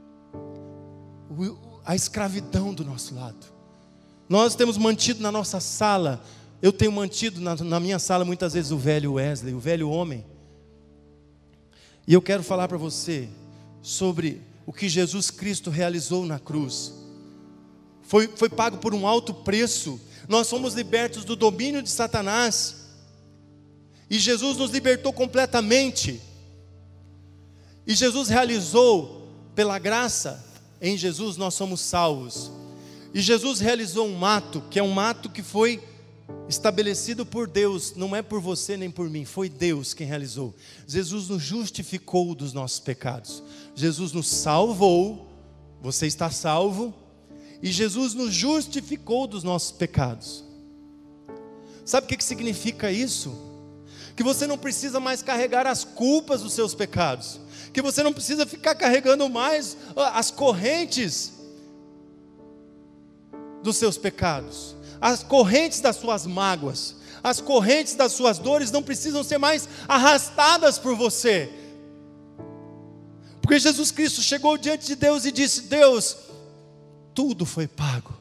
a escravidão do nosso lado. Nós temos mantido na nossa sala, eu tenho mantido na minha sala muitas vezes o velho Wesley, o velho homem. E eu quero falar para você sobre o que Jesus Cristo realizou na cruz. Foi pago por um alto preço. Nós fomos libertos do domínio de Satanás, e Jesus nos libertou completamente. E Jesus realizou, pela graça, em Jesus nós somos salvos. E Jesus realizou um ato, que é um ato que foi estabelecido por Deus, não é por você nem por mim, foi Deus quem realizou. Jesus nos justificou dos nossos pecados. Jesus nos salvou, você está salvo, e Jesus nos justificou dos nossos pecados. Sabe o que significa isso? Que você não precisa mais carregar as culpas dos seus pecados, que você não precisa ficar carregando mais as correntes dos seus pecados, as correntes das suas mágoas, as correntes das suas dores não precisam ser mais arrastadas por você, porque Jesus Cristo chegou diante de Deus e disse: Deus, tudo foi pago,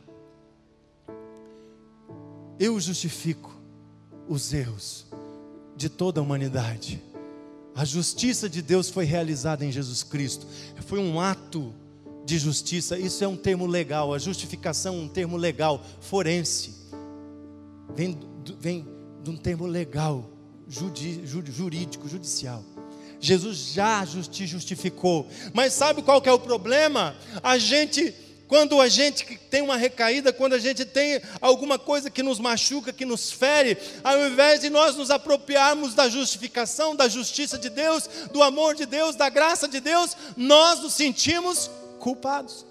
eu justifico os erros de toda a humanidade. A justiça de Deus foi realizada em Jesus Cristo. Foi um ato de justiça. Isso é um termo legal. A justificação é um termo legal, forense. Vem de um termo legal, jurídico, judicial. Jesus já te justificou. Mas sabe qual que é o problema? Quando a gente tem uma recaída, quando a gente tem alguma coisa que nos machuca, que nos fere, ao invés de nós nos apropriarmos da justificação, da justiça de Deus, do amor de Deus, da graça de Deus, nós nos sentimos culpados.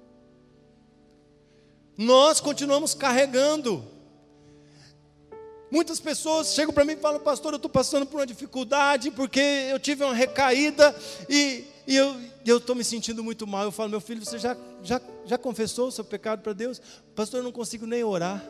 Nós continuamos carregando. Muitas pessoas chegam para mim e falam: pastor, eu estou passando por uma dificuldade, porque eu tive uma recaída e eu estou me sentindo muito mal. Eu falo: meu filho, você já confessou o seu pecado para Deus? Pastor, eu não consigo nem orar.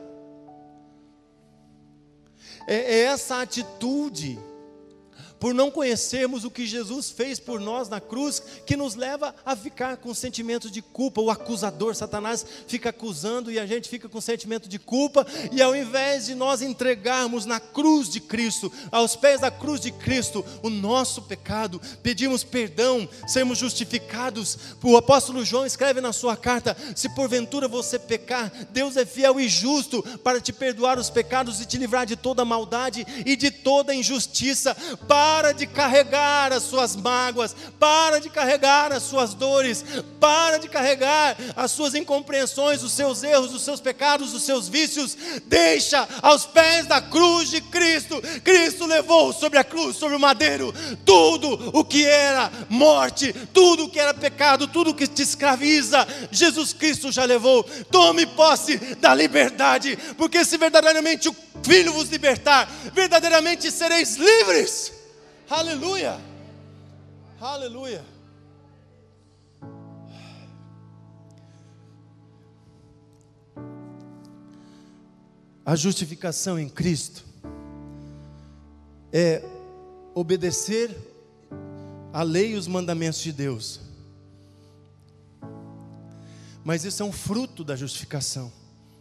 É essa atitude, por não conhecermos o que Jesus fez por nós na cruz, que nos leva a ficar com sentimento de culpa. O acusador, Satanás, fica acusando e a gente fica com sentimento de culpa. E ao invés de nós entregarmos na cruz de Cristo, aos pés da cruz de Cristo, o nosso pecado, pedimos perdão, sermos justificados. O apóstolo João escreve na sua carta: se porventura você pecar, Deus é fiel e justo para te perdoar os pecados e te livrar de toda maldade e de toda injustiça, para Para de carregar as suas mágoas, para de carregar as suas dores, para de carregar as suas incompreensões, os seus erros, os seus pecados, os seus vícios. Deixa aos pés da cruz de Cristo. Cristo levou sobre a cruz, sobre o madeiro, tudo o que era morte, tudo o que era pecado, tudo o que te escraviza. Jesus Cristo já levou. Tome posse da liberdade, porque se verdadeiramente o Filho vos libertar, verdadeiramente sereis livres. Aleluia, aleluia. A justificação em Cristo é obedecer a lei e os mandamentos de Deus. Mas isso é um fruto da justificação.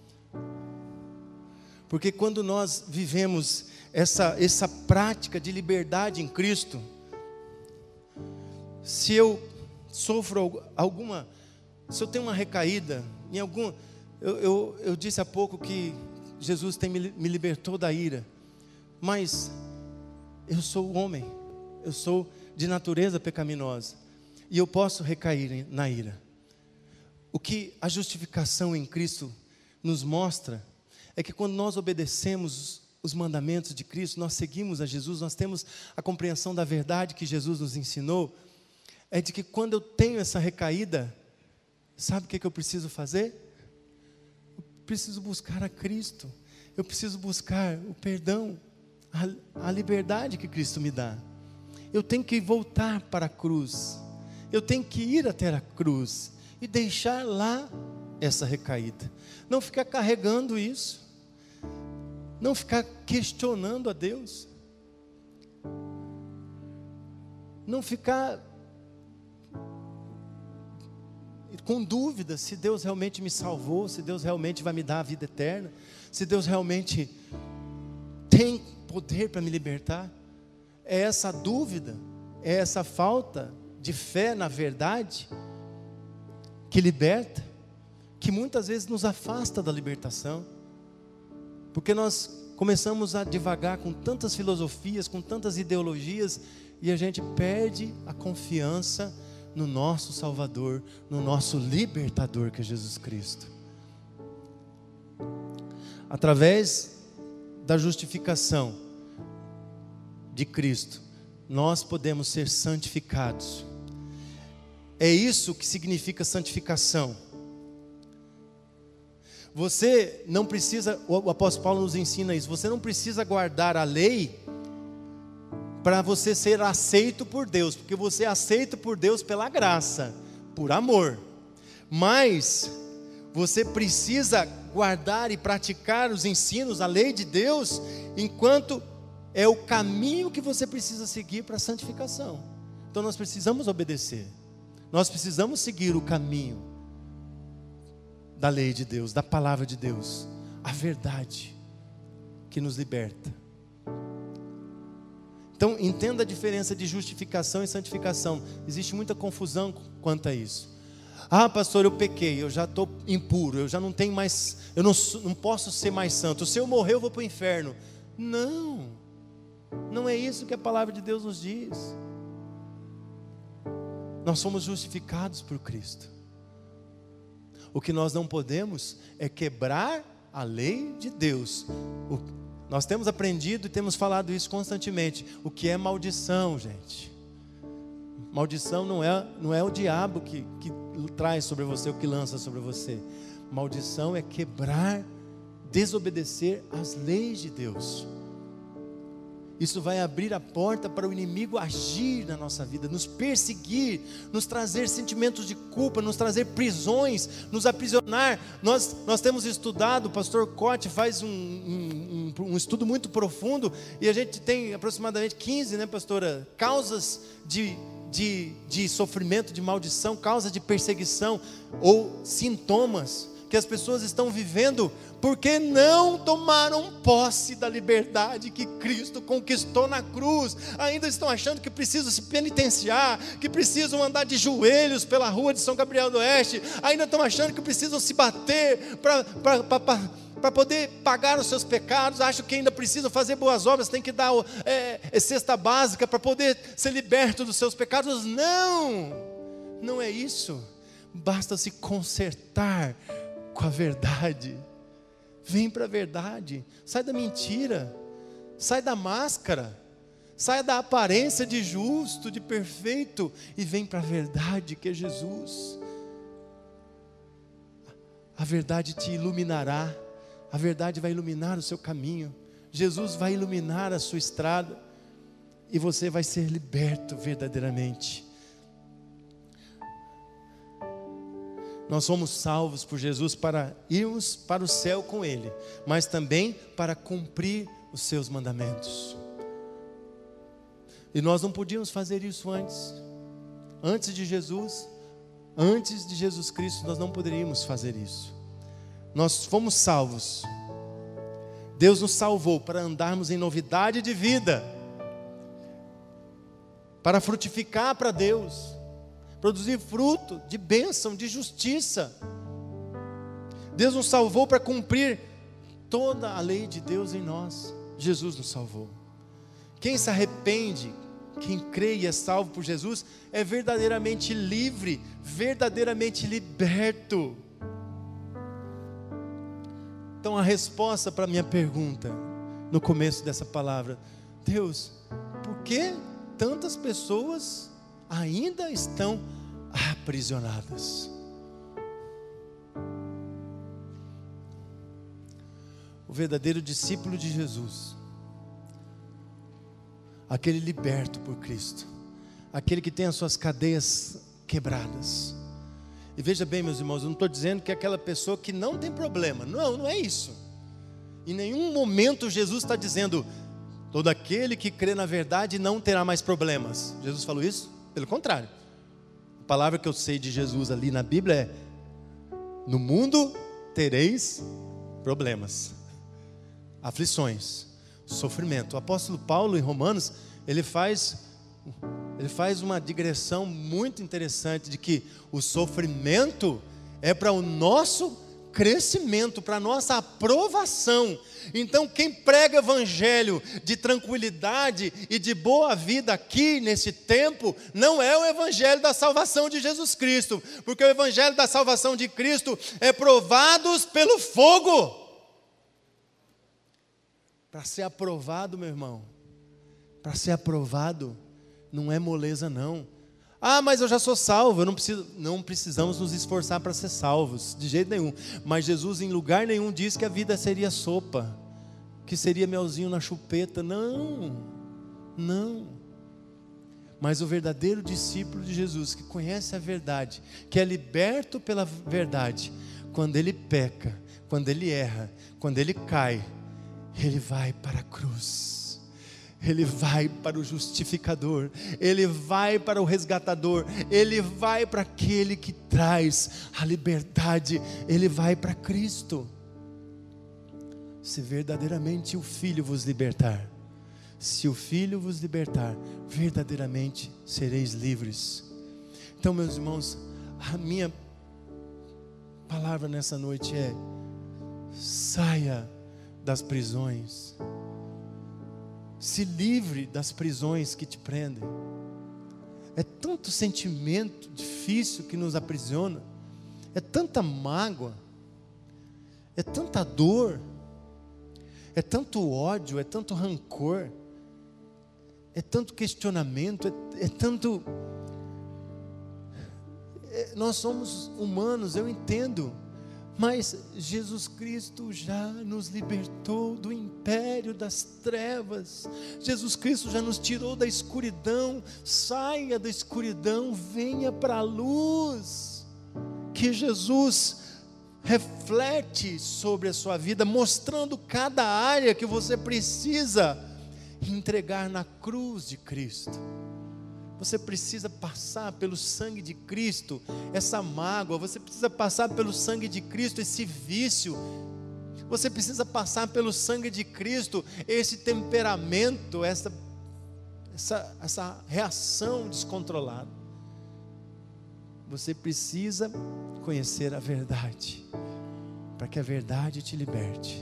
Porque quando nós vivemos essa prática de liberdade em Cristo, se eu sofro se eu tenho uma recaída em algum, eu disse há pouco que Jesus me libertou da ira, mas eu sou homem, eu sou de natureza pecaminosa, e eu posso recair na ira. O que a justificação em Cristo nos mostra é que quando nós obedecemos os mandamentos de Cristo, nós seguimos a Jesus, nós temos a compreensão da verdade que Jesus nos ensinou, é de que quando eu tenho essa recaída, sabe o que eu preciso fazer? Eu preciso buscar a Cristo, eu preciso buscar o perdão, a liberdade que Cristo me dá. Eu tenho que voltar para a cruz, eu tenho que ir até a cruz e deixar lá essa recaída, não ficar carregando isso, não ficar questionando a Deus, não ficar com dúvida se Deus realmente me salvou, se Deus realmente vai me dar a vida eterna, se Deus realmente tem poder para me libertar. É essa dúvida, é essa falta de fé na verdade que liberta, que muitas vezes nos afasta da libertação, porque nós começamos a divagar com tantas filosofias, com tantas ideologias, e a gente perde a confiança no nosso Salvador, no nosso libertador, que é Jesus Cristo. Através da justificação de Cristo, nós podemos ser santificados. É isso que significa santificação. Você não precisa, o apóstolo Paulo nos ensina isso, você não precisa guardar a lei para você ser aceito por Deus, porque você é aceito por Deus pela graça, por amor. Mas você precisa guardar e praticar os ensinos, a lei de Deus, enquanto é o caminho que você precisa seguir para a santificação. Então nós precisamos obedecer, nós precisamos seguir o caminho da lei de Deus, da palavra de Deus, a verdade que nos liberta. Então entenda a diferença de justificação e santificação. Existe muita confusão quanto a isso. Ah, pastor, eu pequei, eu já estou impuro, eu já não tenho mais, eu não posso ser mais santo. Se eu morrer eu vou para o inferno. Não é isso que a palavra de Deus nos diz. Nós somos justificados por Cristo. O que nós não podemos é quebrar a lei de Deus. Nós temos aprendido e temos falado isso constantemente. O que é maldição, gente? Maldição não é o diabo que traz sobre você, o que lança sobre você. Maldição é quebrar, desobedecer às leis de Deus. Isso vai abrir a porta para o inimigo agir na nossa vida, nos perseguir, nos trazer sentimentos de culpa, nos trazer prisões, nos aprisionar. Nós temos estudado, o pastor Cote faz um estudo muito profundo, e a gente tem aproximadamente 15, pastora, causas de sofrimento, de maldição, causa de perseguição ou sintomas que as pessoas estão vivendo porque não tomaram posse da liberdade que Cristo conquistou na cruz. Ainda estão achando que precisam se penitenciar, que precisam andar de joelhos pela rua de São Gabriel do Oeste, ainda estão achando que precisam se bater para poder pagar os seus pecados, acham que ainda precisam fazer boas obras, tem que dar cesta básica para poder ser liberto dos seus pecados. Não, não é isso. Basta se consertar com a verdade. Vem para a verdade, sai da mentira, sai da máscara, sai da aparência de justo, de perfeito, e vem para a verdade que é Jesus. A verdade te iluminará, a verdade vai iluminar o seu caminho, Jesus vai iluminar a sua estrada, e você vai ser liberto verdadeiramente. Nós somos salvos por Jesus para irmos para o céu com Ele, mas também para cumprir os seus mandamentos. E nós não podíamos fazer isso antes de Jesus Cristo, nós não poderíamos fazer isso. Nós fomos salvos, Deus nos salvou para andarmos em novidade de vida, para frutificar para Deus, produzir fruto de bênção, de justiça. Deus nos salvou para cumprir toda a lei de Deus em nós. Jesus nos salvou. Quem se arrepende, quem crê e é salvo por Jesus, é verdadeiramente livre, verdadeiramente liberto. Então a resposta para a minha pergunta, no começo dessa palavra: Deus, por que tantas pessoas ainda estão aprisionadas? O verdadeiro discípulo de Jesus, aquele liberto por Cristo, aquele que tem as suas cadeias quebradas. E veja bem, meus irmãos, eu não estou dizendo que é aquela pessoa que não tem problema, não é isso. Em nenhum momento Jesus está dizendo: todo aquele que crê na verdade não terá mais problemas. Jesus falou isso? Pelo contrário, a palavra que eu sei de Jesus ali na Bíblia é: no mundo tereis problemas, aflições, sofrimento. O apóstolo Paulo, em Romanos, ele faz uma digressão muito interessante, de que o sofrimento é para o nosso crescimento, para a nossa aprovação. Então quem prega evangelho de tranquilidade e de boa vida aqui nesse tempo, não é o evangelho da salvação de Jesus Cristo, porque o evangelho da salvação de Cristo é provados pelo fogo. Para ser aprovado, meu irmão, para ser aprovado, não é moleza não. Ah, mas eu já sou salvo, não precisamos nos esforçar para ser salvos, de jeito nenhum. Mas Jesus em lugar nenhum diz que a vida seria sopa, que seria melzinho na chupeta. Não. Mas o verdadeiro discípulo de Jesus, que conhece a verdade, que é liberto pela verdade, quando ele peca, quando ele erra, quando ele cai, ele vai para a cruz, ele vai para o justificador, ele vai para o resgatador, ele vai para aquele que traz a liberdade, ele vai para Cristo. Se verdadeiramente o Filho vos libertar, se o Filho vos libertar, verdadeiramente sereis livres. Então, meus irmãos, a minha palavra nessa noite é: saia das prisões, se livre das prisões que te prendem. É tanto sentimento difícil que nos aprisiona, é tanta mágoa, é tanta dor, é tanto ódio, é tanto rancor, é tanto questionamento, é tanto... Nós somos humanos, eu entendo, mas Jesus Cristo já nos libertou do império das trevas. Jesus Cristo já nos tirou da escuridão. Saia da escuridão, venha para a luz. Que Jesus reflete sobre a sua vida, mostrando cada área que você precisa entregar na cruz de Cristo. Você precisa passar pelo sangue de Cristo essa mágoa, você precisa passar pelo sangue de Cristo esse vício, você precisa passar pelo sangue de Cristo esse temperamento, essa reação descontrolada. Você precisa conhecer a verdade, para que a verdade te liberte.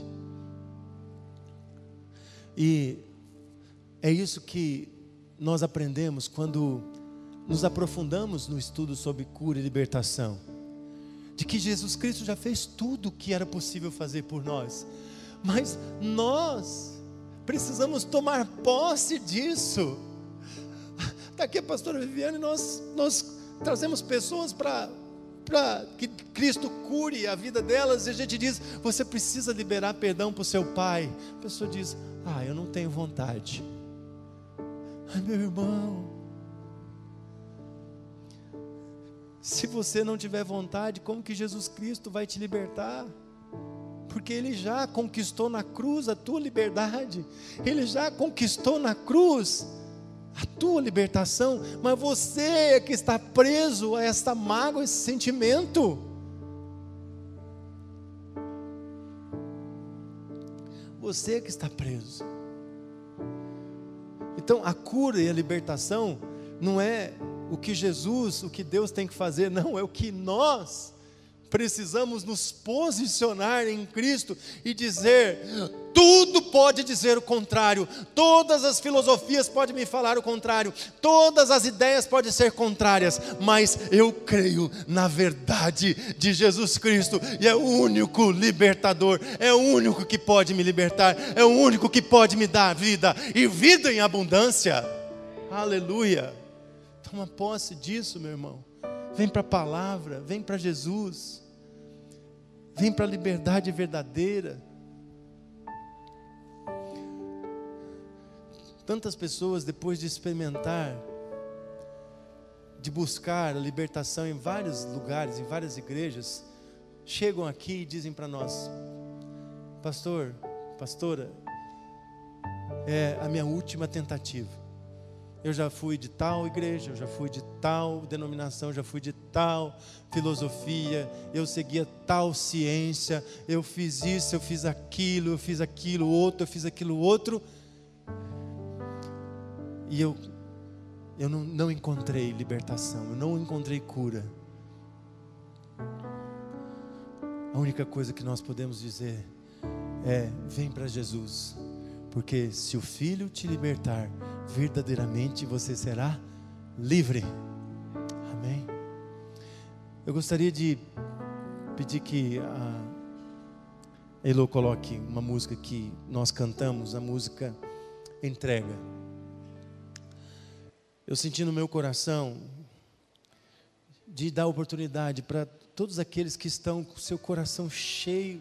E é isso que nós aprendemos quando nos aprofundamos no estudo sobre cura e libertação. De que Jesus Cristo já fez tudo o que era possível fazer por nós. Mas nós precisamos tomar posse disso. Está aqui a pastora Viviane, nós trazemos pessoas para que Cristo cure a vida delas. E a gente diz, você precisa liberar perdão para o seu pai. A pessoa diz, eu não tenho vontade. Meu irmão, se você não tiver vontade, como que Jesus Cristo vai te libertar? Porque Ele já conquistou na cruz a tua liberdade. Ele já conquistou na cruz a tua libertação. Mas você é que está preso a essa mágoa, esse sentimento. Você é que está preso. Então a cura e a libertação não é o que Deus tem que fazer, não, é o que nós precisamos nos posicionar em Cristo e dizer, tudo pode dizer o contrário, todas as filosofias podem me falar o contrário, todas as ideias podem ser contrárias, mas eu creio na verdade de Jesus Cristo, e é o único libertador, é o único que pode me libertar, é o único que pode me dar vida, e vida em abundância. Aleluia. Toma posse disso, meu irmão. Vem para a palavra, vem para Jesus, vem para a liberdade verdadeira. Tantas pessoas, depois de experimentar, de buscar a libertação em vários lugares, em várias igrejas, chegam aqui e dizem para nós, pastor, pastora, é a minha última tentativa. Eu já fui de tal igreja, eu já fui de tal denominação, já fui de tal filosofia, eu seguia tal ciência, eu fiz isso, eu fiz aquilo outro, eu fiz aquilo outro, e eu não encontrei libertação, eu não encontrei cura. A única coisa que nós podemos dizer é, vem para Jesus, porque se o Filho te libertar, verdadeiramente você será livre. Amém. Eu gostaria de pedir que a Elo coloque uma música que nós cantamos, a música Entrega. Eu senti no meu coração de dar oportunidade para todos aqueles que estão com seu coração cheio,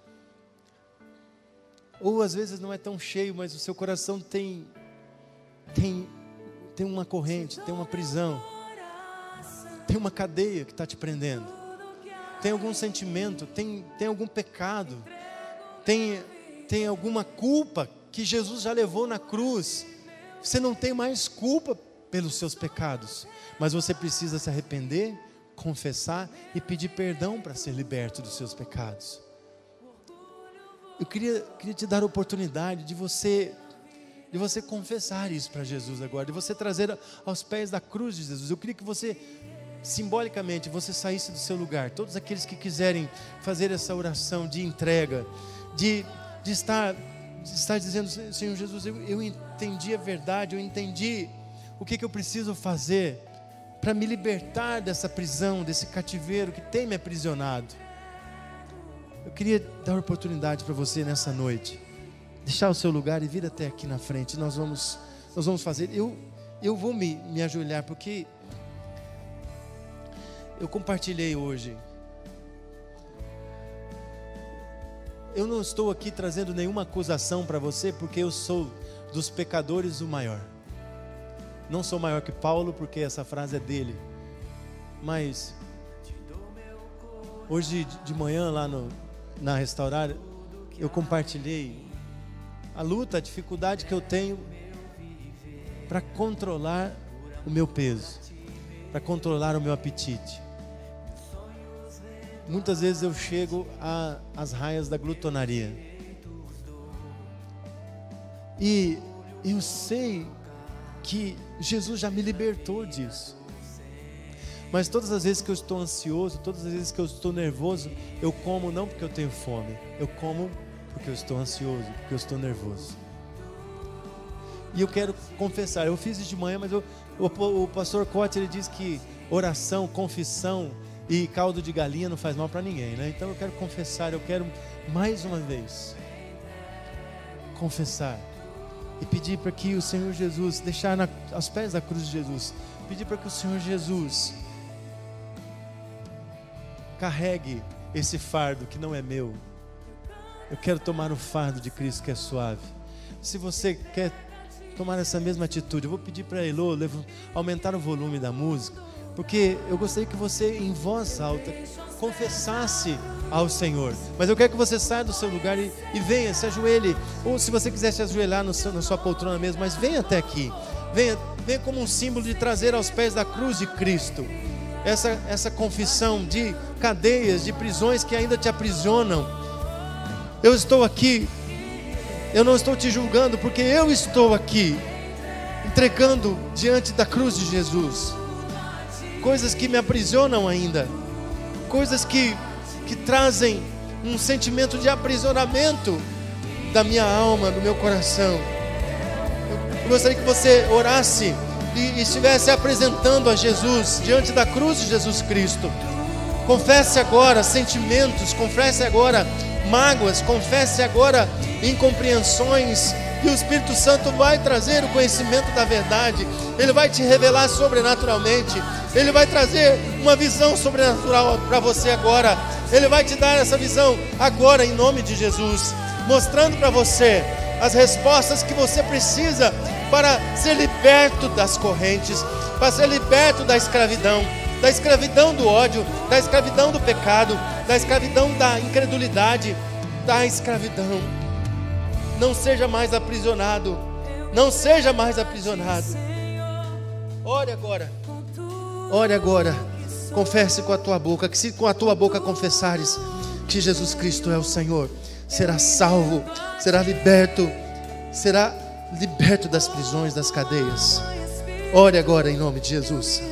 ou às vezes não é tão cheio, mas o seu coração tem uma corrente, tem uma prisão, tem uma cadeia que está te prendendo, tem algum sentimento, tem algum pecado, tem alguma culpa que Jesus já levou na cruz. Você não tem mais culpa pelos seus pecados, mas você precisa se arrepender, confessar e pedir perdão para ser liberto dos seus pecados. Eu queria te dar a oportunidade de você confessar isso para Jesus agora, de você trazer aos pés da cruz de Jesus. Eu queria que você, simbolicamente, você saísse do seu lugar. Todos aqueles que quiserem fazer essa oração de entrega, de estar dizendo, Senhor Jesus, eu entendi a verdade, eu entendi o que eu preciso fazer para me libertar dessa prisão, desse cativeiro que tem me aprisionado. Eu queria dar oportunidade para você nessa noite, deixar o seu lugar e vir até aqui na frente. Nós vamos fazer. Eu vou me ajoelhar, porque eu compartilhei hoje. Eu não estou aqui trazendo nenhuma acusação para você, porque eu sou dos pecadores o maior. Não sou maior que Paulo, porque essa frase é dele. Mas hoje de manhã lá na Restaurar, eu compartilhei a luta, a dificuldade que eu tenho para controlar o meu peso, para controlar o meu apetite. Muitas vezes eu chego às raias da glutonaria. E eu sei que Jesus já me libertou disso. Mas todas as vezes que eu estou ansioso, todas as vezes que eu estou nervoso, eu como não porque eu tenho fome, eu como porque eu estou ansioso, porque eu estou nervoso. E eu quero confessar, eu fiz isso de manhã, mas o pastor Cote, ele diz que oração, confissão e caldo de galinha não faz mal para ninguém, né? Então eu quero confessar, eu quero mais uma vez confessar e pedir para que o Senhor Jesus, deixar aos pés da cruz de Jesus, pedir para que o Senhor Jesus carregue esse fardo que não é meu. Eu quero tomar o fardo de Cristo que é suave. Se você quer tomar essa mesma atitude, eu vou pedir para Elô aumentar o volume da música, porque eu gostaria que você, em voz alta, confessasse ao Senhor. Mas eu quero que você saia do seu lugar e venha, se ajoelhe, ou se você quiser se ajoelhar na sua poltrona mesmo, mas venha até aqui, venha como um símbolo de trazer aos pés da cruz de Cristo essa confissão de cadeias, de prisões que ainda te aprisionam. Eu estou aqui, eu não estou te julgando, porque eu estou aqui entregando diante da cruz de Jesus coisas que me aprisionam ainda, coisas que trazem um sentimento de aprisionamento da minha alma, do meu coração. Eu gostaria que você orasse e estivesse apresentando a Jesus diante da cruz de Jesus Cristo. Confesse agora sentimentos, confesse agora mágoas, confesse agora incompreensões, e o Espírito Santo vai trazer o conhecimento da verdade. Ele vai te revelar sobrenaturalmente, Ele vai trazer uma visão sobrenatural para você agora. Ele vai te dar essa visão agora, em nome de Jesus, mostrando para você as respostas que você precisa para ser liberto das correntes, para ser liberto da escravidão do ódio, da escravidão do pecado, da escravidão da incredulidade, da escravidão. Não seja mais aprisionado, não seja mais aprisionado. Ore agora, confesse com a tua boca, que se com a tua boca confessares que Jesus Cristo é o Senhor, será salvo, será liberto das prisões, das cadeias. Ore agora em nome de Jesus.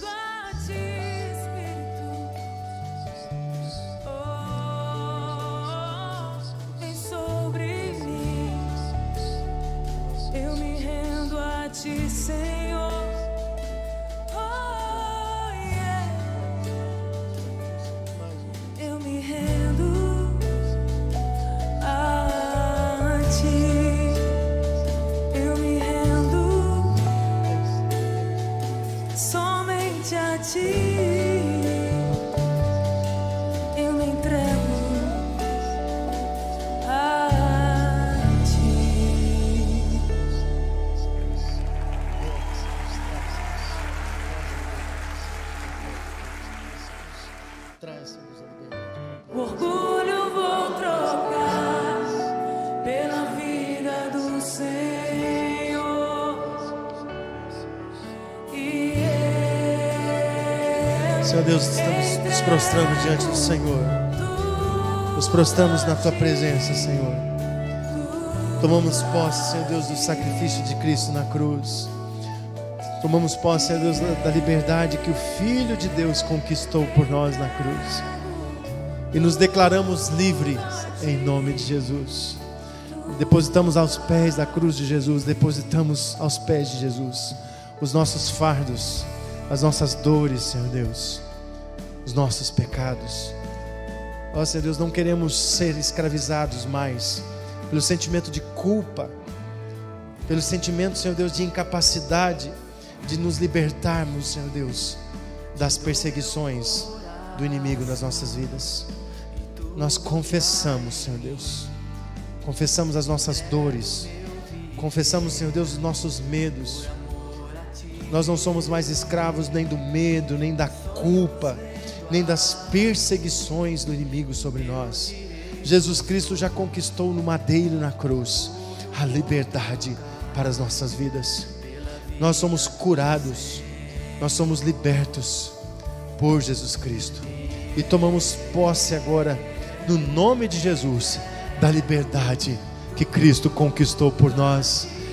O orgulho vou trocar pela vida do Senhor. Senhor Deus, estamos nos prostrando diante do Senhor. Nos prostramos na Tua presença, Senhor. Tomamos posse, Senhor Deus, do sacrifício de Cristo na cruz. Tomamos posse, Senhor Deus, da liberdade que o Filho de Deus conquistou por nós na cruz. E nos declaramos livres em nome de Jesus. Depositamos aos pés da cruz de Jesus, depositamos aos pés de Jesus os nossos fardos, as nossas dores, Senhor Deus, os nossos pecados. Ó Senhor Deus, não queremos ser escravizados mais pelo sentimento de culpa, pelo sentimento, Senhor Deus, de incapacidade de nos libertarmos, Senhor Deus, das perseguições do inimigo nas nossas vidas. Nós confessamos, Senhor Deus, confessamos as nossas dores, confessamos, Senhor Deus, os nossos medos. Nós não somos mais escravos nem do medo, nem da culpa, nem das perseguições do inimigo sobre nós. Jesus Cristo já conquistou no madeiro, na cruz, a liberdade para as nossas vidas. Nós somos curados, nós somos libertos por Jesus Cristo. E tomamos posse agora, no nome de Jesus, da liberdade que Cristo conquistou por nós.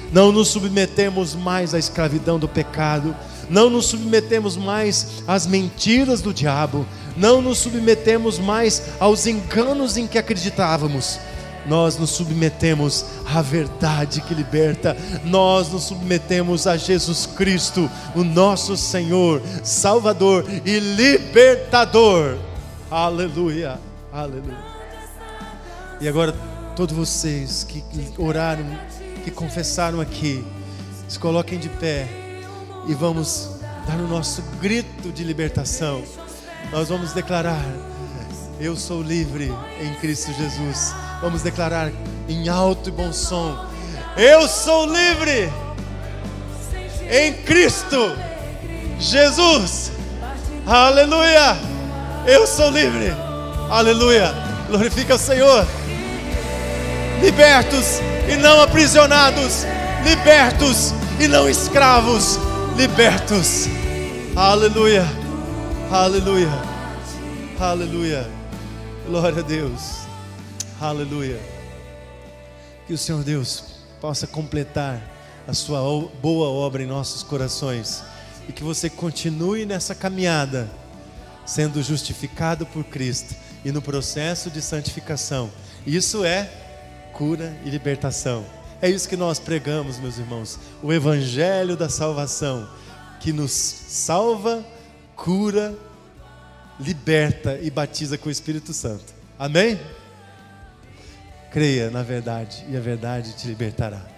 Não nos submetemos mais à escravidão do pecado. Não nos submetemos mais às mentiras do diabo. Não nos submetemos mais aos enganos em que acreditávamos. Nós nos submetemos à verdade que liberta. Nós nos submetemos a Jesus Cristo, o nosso Senhor, Salvador e Libertador. Aleluia, aleluia. E agora todos vocês que oraram, que confessaram aqui, se coloquem de pé e vamos dar o nosso grito de libertação. Nós vamos declarar: eu sou livre em Cristo Jesus. Vamos declarar em alto e bom som: eu sou livre em Cristo Jesus. Aleluia! Eu sou livre. Aleluia! Glorifica o Senhor. Libertos e não aprisionados. Libertos e não escravos. Libertos. Aleluia! Aleluia! Aleluia! Glória a Deus. Aleluia. Que o Senhor Deus possa completar a sua boa obra em nossos corações, e que você continue nessa caminhada, sendo justificado por Cristo e no processo de santificação. Isso é cura e libertação. É isso que nós pregamos, meus irmãos, o evangelho da salvação, que nos salva, cura, liberta e batiza com o Espírito Santo. Amém? Creia na verdade, e a verdade te libertará.